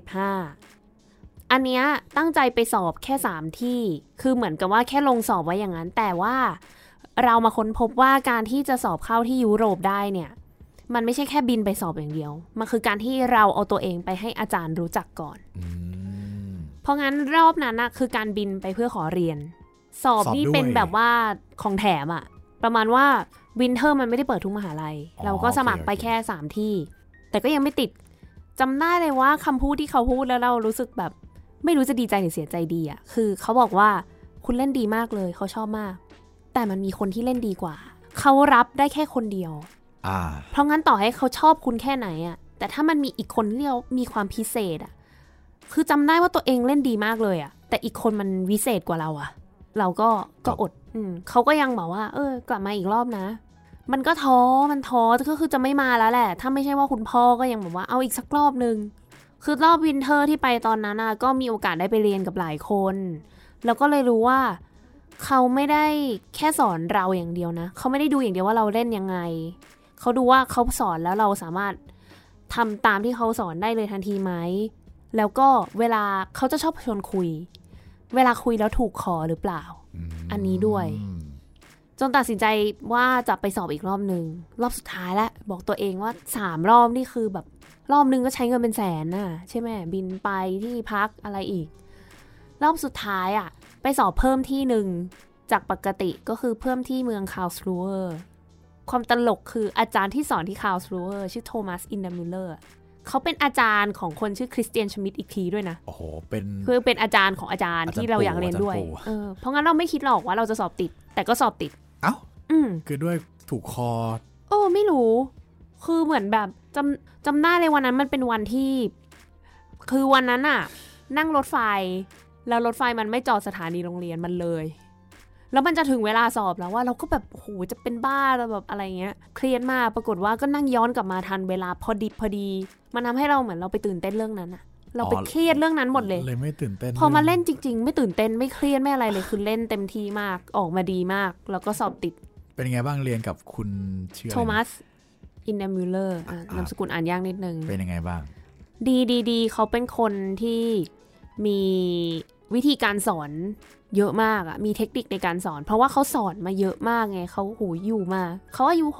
2015อันเนี้ยตั้งใจไปสอบแค่3ที่คือเหมือนกับว่าแค่ลงสอบไว้อย่างนั้นแต่ว่าเรามาค้นพบว่าการที่จะสอบเข้าที่ยุโรปได้เนี่ยมันไม่ใช่แค่บินไปสอบอย่างเดียวมันคือการที่เราเอาตัวเองไปให้อาจารย์รู้จักก่อนเพราะงั้นรอบนั้นคือการบินไปเพื่อขอเรียนสอบนี่เป็นแบบว่าของแถมประมาณว่าวินเทอร์มันไม่ได้เปิดทุกมหาลัยเราก็สมัครไปแค่3ที่แต่ก็ยังไม่ติดจำได้เลยว่าคำพูดที่เขาพูดแล้วเรารู้สึกแบบไม่รู้จะดีใจหรือเสียใจดีคือเขาบอกว่าคุณเล่นดีมากเลยเขาชอบมากแต่มันมีคนที่เล่นดีกว่าเขารับได้แค่คนเดียวเพราะงั้นต่อให้เขาชอบคุณแค่ไหนแต่ถ้ามันมีอีกคนที่เรามีความพิเศษคือจำได้ว่าตัวเองเล่นดีมากเลยแต่อีกคนมันวิเศษกว่าเราเราก็อดเขาก็ยังบอกว่ากลับมาอีกรอบนะมันก็ท้อก็คือจะไม่มาแล้วแหละถ้าไม่ใช่ว่าคุณพ่อก็ยังบอกว่าเอาอีกสักรอบนึงคือรอบวินเทอร์ที่ไปตอนนั้นก็มีโอกาสได้ไปเรียนกับหลายคนแล้วก็เลยรู้ว่าเขาไม่ได้แค่สอนเราอย่างเดียวนะเขาไม่ได้ดูอย่างเดียวว่าเราเล่นยังไงเขาดูว่าเขาสอนแล้วเราสามารถทำตามที่เขาสอนได้เลยทันทีไหมแล้วก็เวลาเขาจะชอบชวนคุยเวลาคุยแล้วถูกคอหรือเปล่าอันนี้ด้วยจนตัดสินใจว่าจะไปสอบอีกรอบนึงรอบสุดท้ายแล้วบอกตัวเองว่า3รอบนี่คือแบบรอบนึงก็ใช้เงินเป็นแสนใช่ไหมบินไปที่พักอะไรอีกรอบสุดท้ายไปสอบเพิ่มที่นึงจากปกติก็คือเพิ่มที่เมืองคาร์ลสรูเวอร์ความตลกคืออาจารย์ที่สอนที่คาร์ลสรูเวอร์ชื่อโทมัสอินเดมิลเลอร์เขาเป็นอาจารย์ของคนชื่อคริสเตียนชมิดอีกทีด้วยนะโอ้โหคือเป็นอาจารย์ของอาจารย์ที่เราอยากเรียนด้วยเพราะงั้นเราไม่คิดหรอกว่าเราจะสอบติดแต่ก็สอบติดคือด้วยถูกคอไม่รู้คือเหมือนแบบจำได้เลยวันนั้นมันเป็นวันที่คือวันนั้นนั่งรถไฟแล้วรถไฟมันไม่จอดสถานีโรงเรียนมันเลยแล้วมันจะถึงเวลาสอบแล้วว่าเราก็แบบโอ้โหจะเป็นบ้าแล้วแบบอะไรเงี้ยเครียดมากปรากฏว่าก็นั่งย้อนกลับมาทันเวลาพอดีมันทำให้เราเหมือนเราไปตื่นเต้นเรื่องนั้นเราไปเครียดเรื่องนั้นหมดเลยไม่ตื่นเต้นพอมาเล่นจริงๆไม่ตื่นเต้นไม่เครียดไม่อะไรเลยคือเล่นเต็มที่มากออกมาดีมากแล้วก็สอบติดเป็นไงบ้างเรียนกับคุณชื่อโทมัสอินเดมิลเลอร์นามสกุลอ่านยากนิดนึงเป็นยังไงบ้างดีเขาเป็นคนที่มีวิธีการสอนเยอะมากมีเทคนิคในการสอนเพราะว่าเขาสอนมาเยอะมากไงเขาอยู่มาเขาอายุ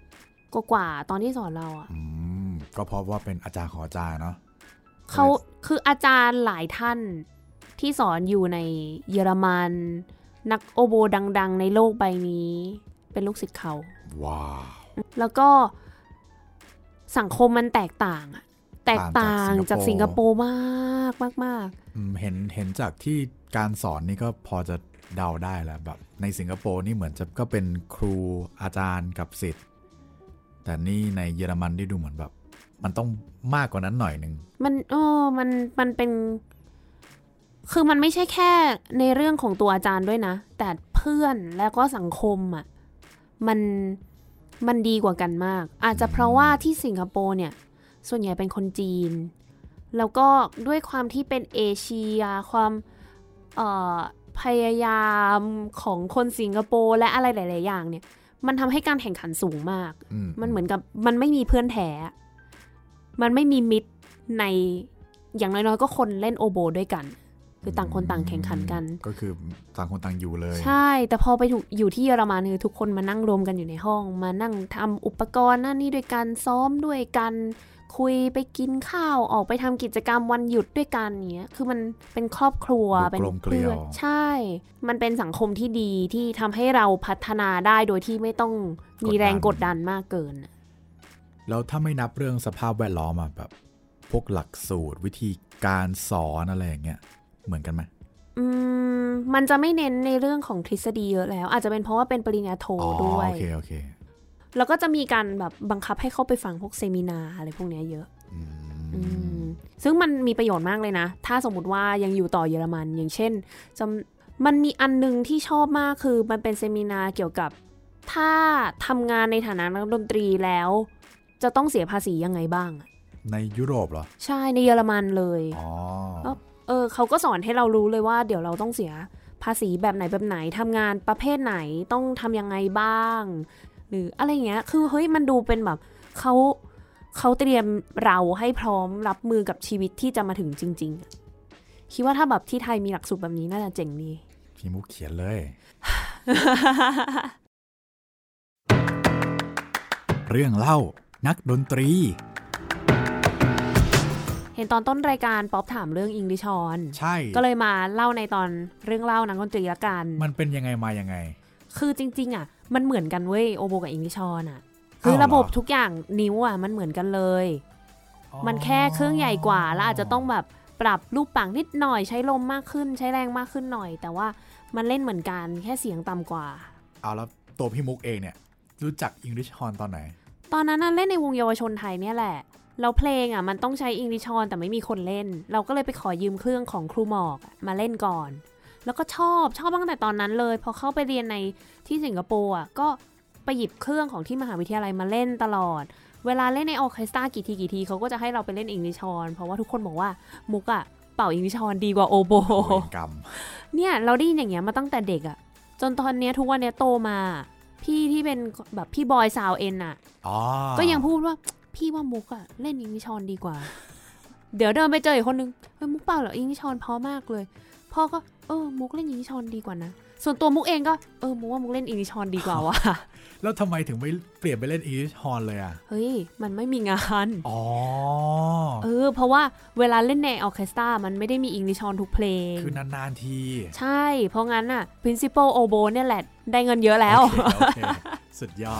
60กว่าตอนที่สอนเราก็เพราะว่าเป็นอาจารย์ของอาจารย์เนาะเขาคืออาจารย์หลายท่านที่สอนอยู่ในเยอรมันนักโอโบดังๆในโลกใบนี้เป็นลูกศิษย์เขาว้าวแล้วก็สังคมมันแตกต่างจากสิงคโปร์มากเห็นจากที่การสอนนี่ก็พอจะเดาได้แล้วแบบในสิงคโปร์นี่เหมือนจะก็เป็นครูอาจารย์กับศิษย์แต่นี่ในเยอรมันที่ดูเหมือนแบบมันต้องมากกว่านั้นหน่อยนึงมันเป็นคือมันไม่ใช่แค่ในเรื่องของตัวอาจารย์ด้วยนะแต่เพื่อนแล้วก็สังคมมันดีกว่ากันมากอาจจะเพราะว่าที่สิงคโปร์เนี่ยส่วนใหญ่เป็นคนจีนแล้วก็ด้วยความที่เป็นเอเชียความพยายามของคนสิงคโปร์และอะไรหลายๆอย่างเนี่ยมันทำให้การแข่งขันสูงมากมันเหมือนกับมันไม่มีเพื่อนแท้มันไม่มีมิตรในอย่างน้อยๆก็คนเล่นโอโบด้วยกันคือต่างคนต่างแข่งขันกันก็คือต่างคนต่างอยู่เลยใช่แต่พอไปอยู่ที่เยอรมันคือทุกคนมานั่งรวมกันอยู่ในห้องมานั่งทำอุปกรณ์นั่นนี่ด้วยกันซ้อมด้วยกันคุยไปกินข้าวออกไปทำกิจกรรมวันหยุดด้วยกันอย่างเงี้ยคือมันเป็นครอบครัวเป็นเพื่อนใช่มันเป็นสังคมที่ดีที่ทำให้เราพัฒนาได้โดยที่ไม่ต้องมีแรงกดดันมากเกินแล้วถ้าไม่นับเรื่องสภาพแวดล้อมแบบพวกหลักสูตรวิธีการสอนอะไรอย่างเงี้ยเหมือนกันไหมมันจะไม่เน้นในเรื่องของทฤษฎีเยอะแล้วอาจจะเป็นเพราะว่าเป็นปริญญาโทด้วยโอเคแล้วก็จะมีการแบบบังคับให้เข้าไปฟังพวกเซมินาอะไรพวกนี้เยอะซึ่งมันมีประโยชน์มากเลยนะถ้าสมมติว่ายังอยู่ต่อเยอรมันอย่างเช่นมันมีอันนึงที่ชอบมากคือมันเป็นเซมินาเกี่ยวกับถ้าทำงานในฐานะนักดนตรีแล้วจะต้องเสียภาษียังไงบ้างในยุโรปเหรอใช่ในเยอรมันเลยเขาก็สอนให้เรารู้เลยว่าเดี๋ยวเราต้องเสียภาษีแบบไหนทำงานประเภทไหนต้องทำยังไงบ้างหรืออะไรเงี้ยคือเฮ้ยมันดูเป็นแบบเขาเตรียมเราให้พร้อมรับมือกับชีวิตที่จะมาถึงจริงๆคิดว่าถ้าแบบที่ไทยมีหลักสูตรแบบนี้น่าจะเจ๋งดีพี่มุกเขียนเลย เรื่องเล่านักดนตรีเห็นตอนต้นรายการป๊อปถามเรื่องอิงลิชอนใช่ก็เลยมาเล่าในตอนเรื่องเล่านักดนตรีละกันมันเป็นยังไงมายังไงคือจริงๆมันเหมือนกันเว้ยโอโบกับอิงลิชอนคือระบบทุกอย่างนิ้วมันเหมือนกันเลยมันแค่เครื่องใหญ่กว่าแล้วอาจจะต้องแบบปรับรูปปากนิดหน่อยใช้ลมมากขึ้นใช้แรงมากขึ้นหน่อยแต่ว่ามันเล่นเหมือนกันแค่เสียงต่ำกว่าเอาแล้วตัวพี่มุกเองเนี่ยรู้จักอิงลิชอนตอนไหนตอนนั้นเล่นในวงเยาวชนไทยเนี่ยแหละเราเพลงมันต้องใช้อิงลิชอนแต่ไม่มีคนเล่นเราก็เลยไปขอยืมเครื่องของครูหมอกมาเล่นก่อนแล้วก็ชอบตั้งแต่ตอนนั้นเลยพอเข้าไปเรียนในที่สิงคโปร์ก็ไปหยิบเครื่องของที่มหาวิทยาลัยมาเล่นตลอดเวลาเล่นในออร์เคสตรากี่ทีเขาก็จะให้เราไปเล่นอิงลิชอนเพราะว่าทุกคนบอกว่ามุกเป่าอิงลิชอนดีกว่าโอโบเนี่ยเราได้ยินอย่างเงี้ยมาตั้งแต่เด็กจนตอนนี้ทุกวันนี้โตมาพี่ที่เป็นแบบพี่บอยซาวเอ็นก็ยังพูดว่าพี่ว่ามุกเล่นอิงลิชอนดีกว่าเดี๋ยวเดินไปเจออีกคนนึงเฮ้ยมุกเปล่าเหรออิงลิชอนเพราะมากเลยพ่อก็มุกเล่นอิงลิชอนดีกว่านะส่วนตัวมุกเองก็มุกว่ามุกเล่นอิงลิชอนดีกว่าวะแล้วทำไมถึงไม่เปลี่ยนไปเล่นอิงลิชอนเลยเฮ้ยมันไม่มีงานเพราะว่าเวลาเล่นในออร์เคสตรามันไม่ได้มีอิงลิชอนทุกเพลงคือนานๆทีใช่เพราะงั้นprincipal oboe เนี่ยแหละได้เงินเยอะแล้วโอเคสุดยอด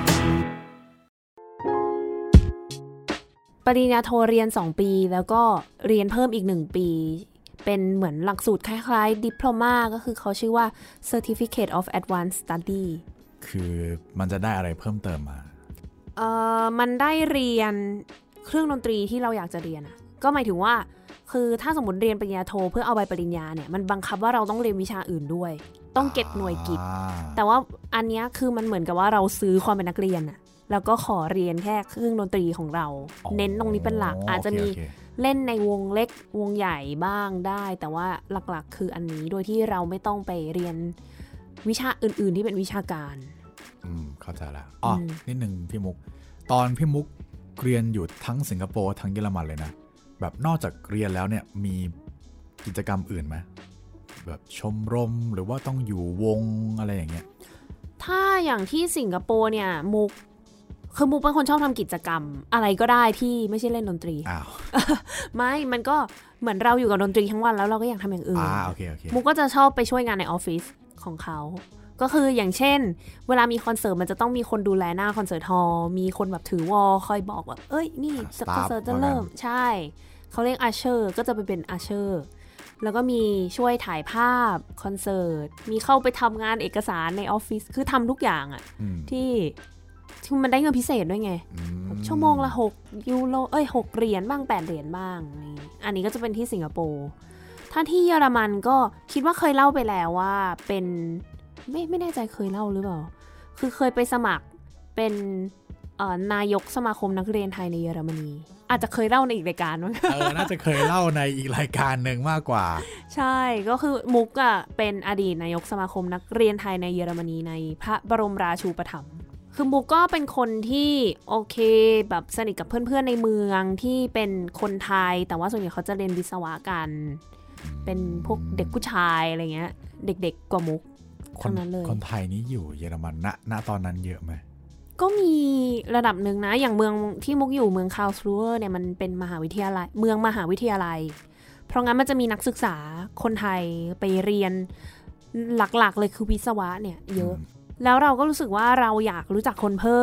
ปริญญาโทเรียน2ปีแล้วก็เรียนเพิ่มอีก1ปีเป็นเหมือนหลักสูตรคล้ายๆดิปโลมาก็คือเขาชื่อว่า Certificate of Advanced Study คือมันจะได้อะไรเพิ่มเติมมามันได้เรียนเครื่องดนตรีที่เราอยากจะเรียนก็หมายถึงว่าคือถ้าสมมติเรียนปริญญาโทเพื่อเอาใบปริญญาเนี่ยมันบังคับว่าเราต้องเรียนวิชาอื่นด้วยต้องเก็บหน่วยกิตแต่ว่าอันนี้คือมันเหมือนกับว่าเราซื้อความเป็นนักเรียนแล้วก็ขอเรียนแค่เครื่องดนตรีของเราเน้นตรงนี้เป็นหลักอาจจะมีเล่นในวงเล็กวงใหญ่บ้างได้แต่ว่าหลักๆคืออันนี้โดยที่เราไม่ต้องไปเรียนวิชาอื่นๆที่เป็นวิชาการเข้าใจแล้วนิดนึงพี่มุกตอนพี่มุกเรียนอยู่ทั้งสิงคโปร์ทั้งเยอรมันเลยนะแบบนอกจากเรียนแล้วเนี่ยมีกิจกรรมอื่นไหมแบบชมรมหรือว่าต้องอยู่วงอะไรอย่างเงี้ยถ้าอย่างที่สิงคโปร์เนี่ยมุกเป็นคนชอบทำกิจกรรมอะไรก็ได้ที่ไม่ใช่เล่นดนตรีไม่มันก็เหมือนเราอยู่กับดนตรีทั้งวันแล้วเราก็อยากทำอย่างอื่นโอเคมุกก็จะชอบไปช่วยงานในออฟฟิศของเขาก็คืออย่างเช่นเวลามีคอนเสิร์ตมันจะต้องมีคนดูแลหน้าคอนเสิร์ตฮอลล์มีคนแบบถือวอลคอยบอกว่าเอ้ยนี่คอนเสิร์ตจะเริ่มใช่เขาเรียกอัชเชอร์ก็จะไปเป็นอัชเชอร์แล้วก็มีช่วยถ่ายภาพคอนเสิร์ตมีเข้าไปทำงานเอกสารในออฟฟิศคือทำทุกอย่างที่มันได้เงินพิเศษด้วยไงชั่วโมงละ6 ยูโร6 เหรียญบ้าง8 เหรียญบ้างนี่อันนี้ก็จะเป็นที่สิงคโปร์ถ้าที่เยอรมันก็คิดว่าเคยเล่าไปแล้วว่าเป็นไม่แน่ใจเคยเล่าหรือเปล่าคือเคยไปสมัครเป็นนายกสมาคมนักเรียนไทยในเยอรมนีอาจจะเคยเล่าในอีกรายการมั้งน่าจะเคยเล่าในอีกรายการนึงมากกว่าใช่ก็คือมุกเป็นอดีตนายกสมาคมนักเรียนไทยในเยอรมนีในพระบรมราชูปถัมภ์คือมุกก็เป็นคนที่โอเคแบบสนิทกับเพื่อนๆในเมืองที่เป็นคนไทยแต่ว่าส่วนใหญ่เขาจะเรียนวิศวะกันเป็นพวกเด็กผู้ชายอะไรเงี้ยเด็กๆกว่ามุกคนนั้นเลยคนไทยนี้อยู่เยอรมันณตอนนั้นเยอะไหมก็มีระดับหนึ่งนะอย่างเมืองที่มุกอยู่เมืองคาร์ลสรูเวอร์เนี่ยมันเป็นมหาวิทยาลัยเมืองมหาวิทยาลัยเพราะงั้นมันจะมีนักศึกษาคนไทยไปเรียนหลักๆเลยคือวิศวะเนี่ยเยอะแล้วเราก็รู้สึกว่าเราอยากรู้จักคนเพิ่ม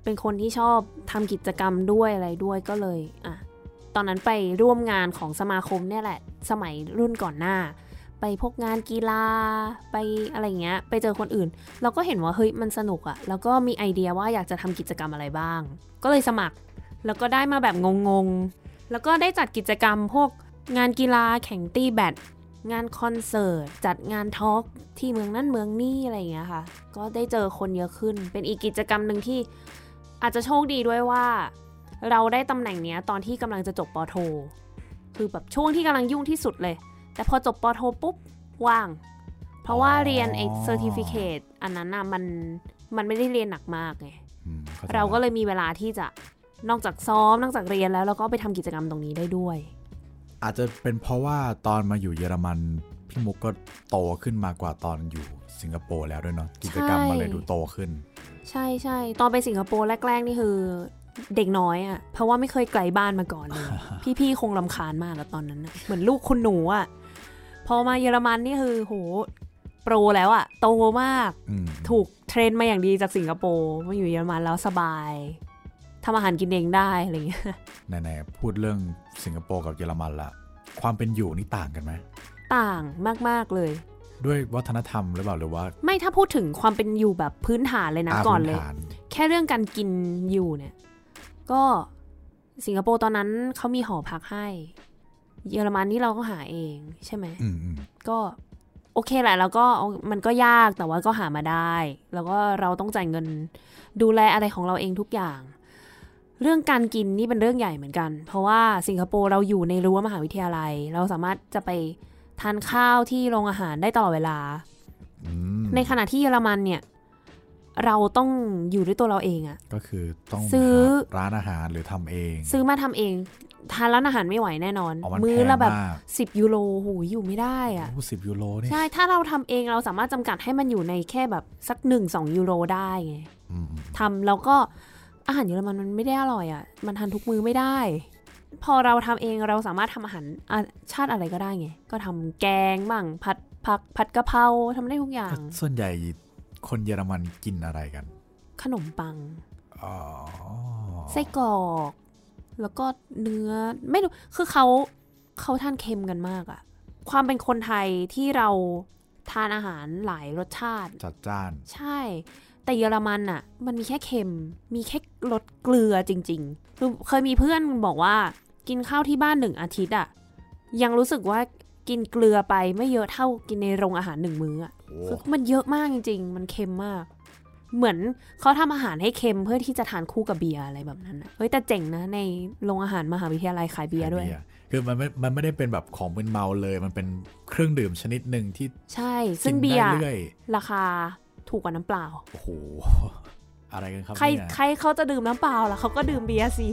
เป็นคนที่ชอบทำกิจกรรมด้วยอะไรด้วยก็เลยตอนนั้นไปร่วมงานของสมาคมเนี่ยแหละสมัยรุ่นก่อนหน้าไปพวกงานกีฬาไปอะไรเงี้ยไปเจอคนอื่นเราก็เห็นว่าเฮ้ยมันสนุกอะแล้วก็มีไอเดียว่าอยากจะทำกิจกรรมอะไรบ้างก็เลยสมัครแล้วก็ได้มาแบบงงๆแล้วก็ได้จัดกิจกรรมพวกงานกีฬาแข่งตีแบดงานคอนเสิร์ตจัดงานทอล์กที่เมืองนั่นเมืองนี่อะไรอย่างเงี้ยค่ะก็ได้เจอคนเยอะขึ้นเป็นอีกกิจกรรมนึงที่อาจจะโชคดีด้วยว่าเราได้ตำแหน่งเนี้ยตอนที่กำลังจะจบป.โทคือแบบช่วงที่กำลังยุ่งที่สุดเลยแต่พอจบป.โทปุ๊บว่างเพราะว่าเรียนไอ้ certificate อันนั้นน่ะมันไม่ได้เรียนหนักมากไงเราก็เลยมีเวลาที่จะนอกจากซ้อมนอกจากเรียนแล้วเราก็ไปทำกิจกรรมตรงนี้ได้ด้วยอาจจะเป็นเพราะว่าตอนมาอยู่เยอรมันพี่มุกก็โตขึ้นมากว่าตอนอยู่สิงคโปร์แล้วด้วยเนาะกิจกรรมมันเลยดูโตขึ้นใช่ใช่ตอนไปสิงคโปร์แรกๆนี่คือเด็กน้อยอ่ะเพราะว่าไม่เคยไกลบ้านมาก่อนเลย พี่ๆคงรำคาญมากแล้วตอนนั้นนะเหมือนลูกคุณหนูอ่ะพอมาเยอรมันนี่คือโหโปรแล้วอ่ะโตมากถูกเทรนมาอย่างดีจากสิงคโปร์มาอยู่เยอรมันแล้วสบายทำอาหารกินเองได้อะไรเงี้ยไหนๆพูดเรื่องสิงคโปร์กับเยอรมันละความเป็นอยู่นี่ต่างกันไหมต่างมากๆเลยด้วยวัฒนธรรมหรือเปล่าหรือว่าไม่ถ้าพูดถึงความเป็นอยู่แบบพื้นฐานเลยนะก่อนเลยแค่เรื่องการกินอยู่เนี่ยก็สิงคโปร์ตอนนั้นเขามีหอพักให้เยอรมันนี่เราก็หาเองใช่ไหมก็โอเคแหละแล้วก็มันก็ยากแต่ว่าก็หามาได้แล้วก็เราต้องจ่ายเงินดูแลอะไรของเราเองทุกอย่างเรื่องการกินนี่เป็นเรื่องใหญ่เหมือนกันเพราะว่าสิงคโปร์เราอยู่ในรั้วมหาวิทยาลัยเราสามารถจะไปทานข้าวที่โรงอาหารได้ตลอดเวลาในขณะที่เยอรมันเนี่ยเราต้องอยู่ด้วยตัวเราเองอะก็คือต้องซื้อร้านอาหารหรือทำเองซื้อมาทำเองทานร้านอาหารไม่ไหวแน่นอนมื้อละแบบ10 ยูโรโหอยู่ไม่ได้อะ 10 ยูโรนี่ใช่ถ้าเราทำเองเราสามารถจำกัดให้มันอยู่ในแค่แบบสัก 1-2 ยูโรได้ไงทำแล้วก็อาหารเยอรมันมันไม่ได้อร่อยอ่ะมันทานทุกมื้อไม่ได้พอเราทำเองเราสามารถทำอาหารชาติอะไรก็ได้ไงก็ทำแกงบ้างผัดผักผัดกะเพราทำได้ทุกอย่างส่วนใหญ่คนเยอรมันกินอะไรกันขนมปังไส้กรอกแล้วก็เนื้อไม่รู้คือเขาทานเค็มกันมากอะความเป็นคนไทยที่เราทานอาหารหลายรสชาติจัดจ้านใช่แต่เยอรมันอะมันมีแค่เค็มมีแค่รสเกลือจริงๆคือเคยมีเพื่อนบอกว่ากินข้าวที่บ้าน1 อาทิตย์อะยังรู้สึกว่ากินเกลือไปไม่เยอะเท่ากินในโรงอาหาร1 มื้ออะคือมันเยอะมากจริงๆมันเค็มมากเหมือนเขาทำอาหารให้เค็มเพื่อที่จะทานคู่กับเบียร์อะไรแบบนั้นเฮ้ยแต่เจ๋งนะในโรงอาหารมหาวิทยาลัยขายเบียร์ด้วยคือมันไม่ได้เป็นแบบของมึนเมาเลยมันเป็นเครื่องดื่มชนิดหนึ่งที่ใช่ซึ่งเบียร์ราคาถูกกว่าน้ำเปล่าโอ้โหอะไรกันครับใครเขาจะดื่มน้ำเปล่าล่ะเขาก็ดื่มเบียร์สิ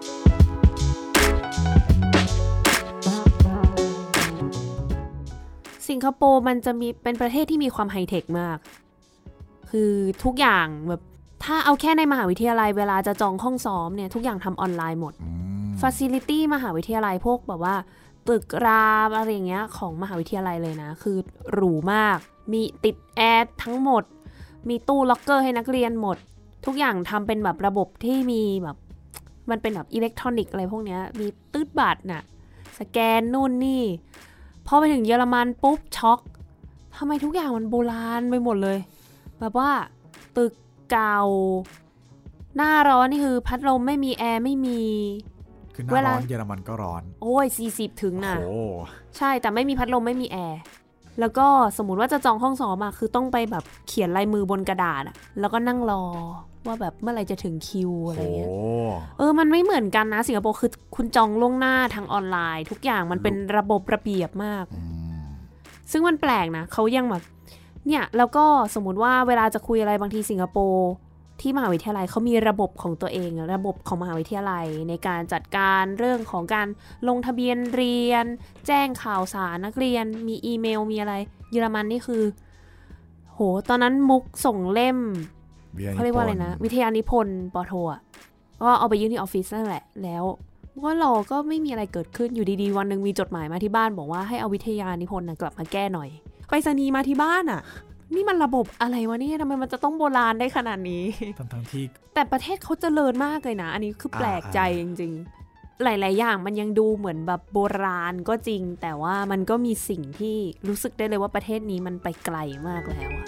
สิงคโปร์มันจะมีเป็นประเทศที่มีความไฮเทคมากคือทุกอย่างแบบถ้าเอาแค่ในมหาวิทยาลัยเวลาจะจองห้องซ้อมเนี่ยทุกอย่างทำออนไลน์หมดฟาซิลิตี้มหาวิทยาลัยพวกแบบว่าตึกรามอะไรอย่างเงี้ยของมหาวิทยาลัยเลยนะคือหรูมากมีติดแอร์ทั้งหมดมีตู้ล็อกเกอร์ให้นักเรียนหมดทุกอย่างทำเป็นแบบระบบที่มีแบบมันเป็นแบบอิเล็กทรอนิกส์อะไรพวกเนี้ยมีตืดบัตรน่ะสแกนนู่นนี่พอไปถึงเยอรมันปุ๊บช็อกทำไมทุกอย่างมันโบราณไปหมดเลยแบบว่าตึกเก่าหน้าร้อนนี่คือพัดลมไม่มีแอร์ไม่มีคือหน้าร้อนเยอรมันก็ร้อนโอ้ย40ถึงน่ะใช่แต่ไม่มีพัดลมไม่มีแอร์แล้วก็สมมุติว่าจะจองห้องซ้อมอะคือต้องไปแบบเขียนลายมือบนกระดาษอะแล้วก็นั่งรอว่าแบบเมื่อไหร่จะถึงคิวอะไรเงี้ยมันไม่เหมือนกันนะสิงคโปร์คือคุณจองล่วงหน้าทางออนไลน์ทุกอย่างมันเป็นระบบระเบียบมากซึ่งมันแปลกนะเขายังแบบเนี่ยแล้วก็สมมุติว่าเวลาจะคุยอะไรบางทีสิงคโปร์ที่มหาวิทยาลัยเขามีระบบของตัวเองระบบของมหาวิทยาลัยในการจัดการเรื่องของการลงทะเบียนเรียนแจ้งข่าวสารนักเรียนมีอีเมลมีอะไรเยอรมันนี่คือโหตอนนั้นมุกส่งเล่มเขาเรียกว่าอะไรนะวิทยานิพนธ์ป.โทอ่ะก็เอาไปยื่นที่ออฟฟิศนั่นแหละแล้วก็รอก็ไม่มีอะไรเกิดขึ้นอยู่ดีๆวันนึงมีจดหมายมาที่บ้านบอกว่าให้เอาวิทยานิพนธ์กลับมาแก้หน่อยไปรษณีย์มาที่บ้านอ่ะนี่มันระบบอะไรวะเนี่ยทำไมมันจะต้องโบราณได้ขนาดนี้ทั้งที่แต่ประเทศเขาเจริญมากเลยนะอันนี้คือแปลกใจจริงๆหลายๆอย่างมันยังดูเหมือนแบบโบราณก็จริงแต่ว่ามันก็มีสิ่งที่รู้สึกได้เลยว่าประเทศนี้มันไปไกลมากแล้วอะ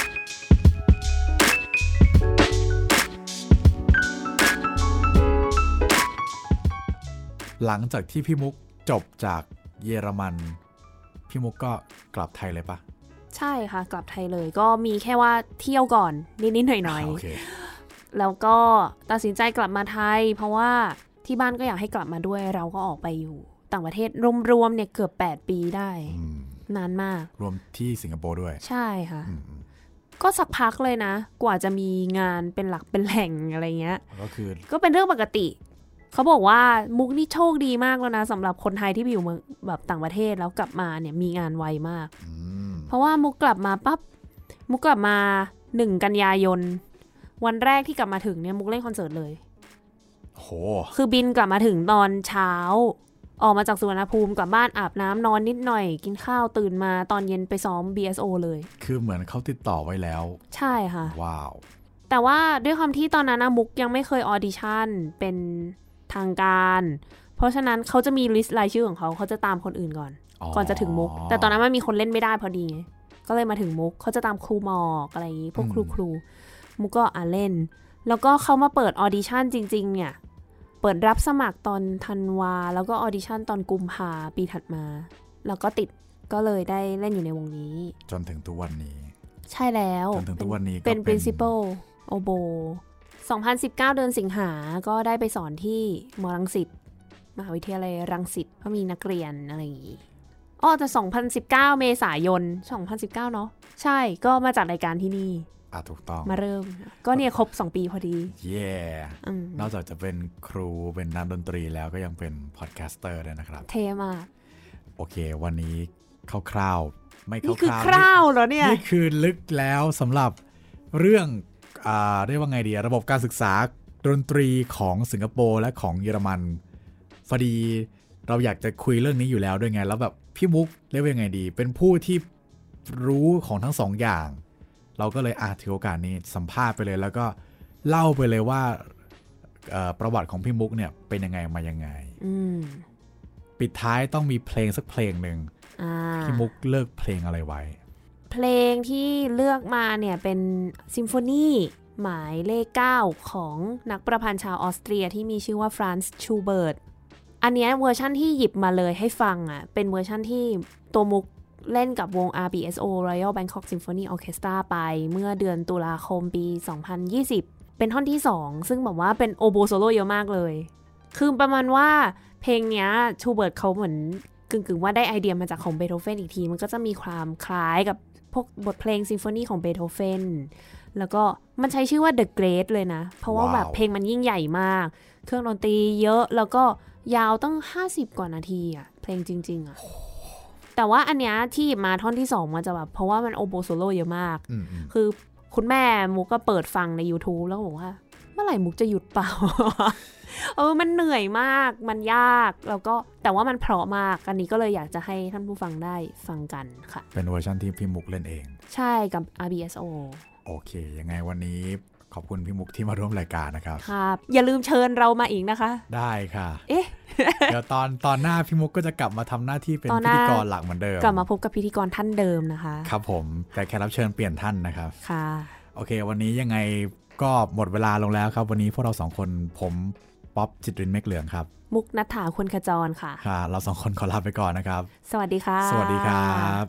หลังจากที่พี่มุกจบจากเยอรมันพี่มุกก็กลับไทยเลยปะใช่ค่ะกลับไทยเลยก็มีแค่ว่าเที่ยวก่อนนิดๆหน่อยๆแล้วก็ตัดสินใจกลับมาไทยเพราะว่าที่บ้านก็อยากให้กลับมาด้วยเราก็ออกไปอยู่ต่างประเทศรวมๆเนี่ยเกือบ8 ปีได้นานมากรวมที่สิงคโปร์ด้วยใช่ค่ะก็สักพักเลยนะกว่าจะมีงานเป็นหลักเป็นแหล่งอะไรเงี้ยก็เป็นเรื่องปกติเขาบอกว่ามุกนี่โชคดีมากแล้วนะสำหรับคนไทยที่ไปอยู่เมืองแบบต่างประเทศแล้วกลับมาเนี่ยมีงานไวมากเพราะว่ามุกกลับมาปั๊บมุกกลับมา1 กันยายนวันแรกที่กลับมาถึงเนี่ยมุกเล่นคอนเสิร์ตเลยโหคือบินกลับมาถึงตอนเช้าออกมาจากสุวรรณภูมิกลับบ้านอาบน้ำนอนนิดหน่อยกินข้าวตื่นมาตอนเย็นไปซ้อม BSO เลยคือเหมือนเขาติดต่อไว้แล้วใช่ค่ะว้าวแต่ว่าด้วยความที่ตอนนั้นมุกยังไม่เคยออดิชั่นเป็นทางการเพราะฉะนั้นเขาจะมีลิสต์รายชื่อของเขาจะตามคนอื่นก่อนจะถึงมุกแต่ตอนนั้นมันมีคนเล่นไม่ได้พอดีก็เลยมาถึงมุกเขาจะตามครูหมอกอะไรอย่างงี้พวกครูมุกก็เล่นแล้วก็เขามาเปิดออดิชั่นจริงๆเนี่ยเปิดรับสมัครตอนธันวาแล้วก็ออดิชั่นตอนกุมภาปีถัดมาแล้วก็ติดก็เลยได้เล่นอยู่ในวงนี้จนถึงทุกวันนี้ใช่แล้วจนถึงทุกวันนี้เป็น principal oboe 2019 เดือนสิงหาก็ได้ไปสอนที่มรังสิตมหาวิทยาลัยรังสิตเพราะมีนักเรียนอะไรอย่างงี้แต่2019 เมษายน 2019 เนาะใช่ก็มาจากรายการที่นี่ถูกต้องมาเริ่มก็เนี่ยครบ2 ปีพอดีนอกจากจะเป็นครูเป็นนักดนตรีแล้วก็ยังเป็นพอดแคสเตอร์ด้วยนะครับเท่มากโอเควันนี้คร่าวๆไม่คร่าวนี่คือคร่าวเหรอเนี่ยนี่คือลึกแล้วสำหรับเรื่องเรียกว่าไงดีระบบการศึกษาดนตรีของสิงคโปร์และของเยอรมันพอดีเราอยากจะคุยเรื่องนี้อยู่แล้วด้วยไงแล้วแบบพี่มุกเรียกว่าไงดีเป็นผู้ที่รู้ของทั้งสองอย่างเราก็เลยถือโอกาสนี้สัมภาษณ์ไปเลยแล้วก็เล่าไปเลยว่าประวัติของพี่มุกเนี่ยเป็นยังไงมายังไงปิดท้ายต้องมีเพลงสักเพลงหนึ่งพี่มุกเลือกเพลงอะไรไว้เพลงที่เลือกมาเนี่ยเป็นซิมโฟนีหมายเลข 9ของนักประพันธ์ชาวออสเตรียที่มีชื่อว่าฟรานซ์ชูเบิร์ตอันนี้เวอร์ชั่นที่หยิบมาเลยให้ฟังเป็นเวอร์ชั่นที่ตัวมุกเล่นกับวง RBSO Royal Bangkok Symphony Orchestra ไปเมื่อเดือนตุลาคมปี 2020เป็นท่อนที่2ซึ่งแบบว่าเป็นโอโบโซโล่เยอะมากเลยคือประมาณว่าเพลงเนี้ยชูเบิร์ตเขาเหมือนกึ่งว่าได้ไอเดียมาจากของเบโธเฟนอีกทีมันก็จะมีความคล้ายกับพวกบทเพลงซิมโฟนีของเบโธเฟนแล้วก็มันใช้ชื่อว่า The Great เลยนะเพราะว่าแบบเพลงมันยิ่งใหญ่มากเครื่องดนตรีเยอะแล้วก็ยาวตั้ง50 กว่านาทีเพลงจริงๆแต่ว่าอันเนี้ยที่มาท่อนที่2มันจะแบบเพราะว่ามันโอโบโซโล่เยอะมากคือคุณแม่มุกก็เปิดฟังใน YouTube แล้วก็บอกว่าเมื่อไหร่มุกจะหยุดเปล่า มันเหนื่อยมากมันยากแล้วก็แต่ว่ามันเพราะมากอันนี้ก็เลยอยากจะให้ท่านผู้ฟังได้ฟังกันค่ะเป็นเวอร์ชันที่พี่มุกเล่นเองใช่กับ RBSO โอเคยังไงวันนี้ขอบคุณพี่มุกที่มาร่วมรายการนะครับครับอย่าลืมเชิญเรามาอีกนะคะได้ค่ะเดี๋ยวตอนหน้าพี่มุกก็จะกลับมาทำหน้าที่เป็นพิธีกรหลักเหมือนเดิมกลับมาพบกับพิธีกรท่านเดิมนะคะครับผมแต่แขกรับเชิญเปลี่ยนท่านนะครับค่ะโอเควันนี้ยังไงก็หมดเวลาลงแล้วครับวันนี้พวกเรา2คนผมป๊อปจิตรินเมฆเหลืองครับมุกณัฐฐาควรขจรค่ะค่ะเรา2คนขอลาไปก่อนนะครับสวัสดีค่ะสวัสดีครับ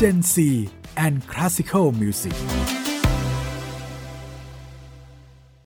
Gen C and Classical Music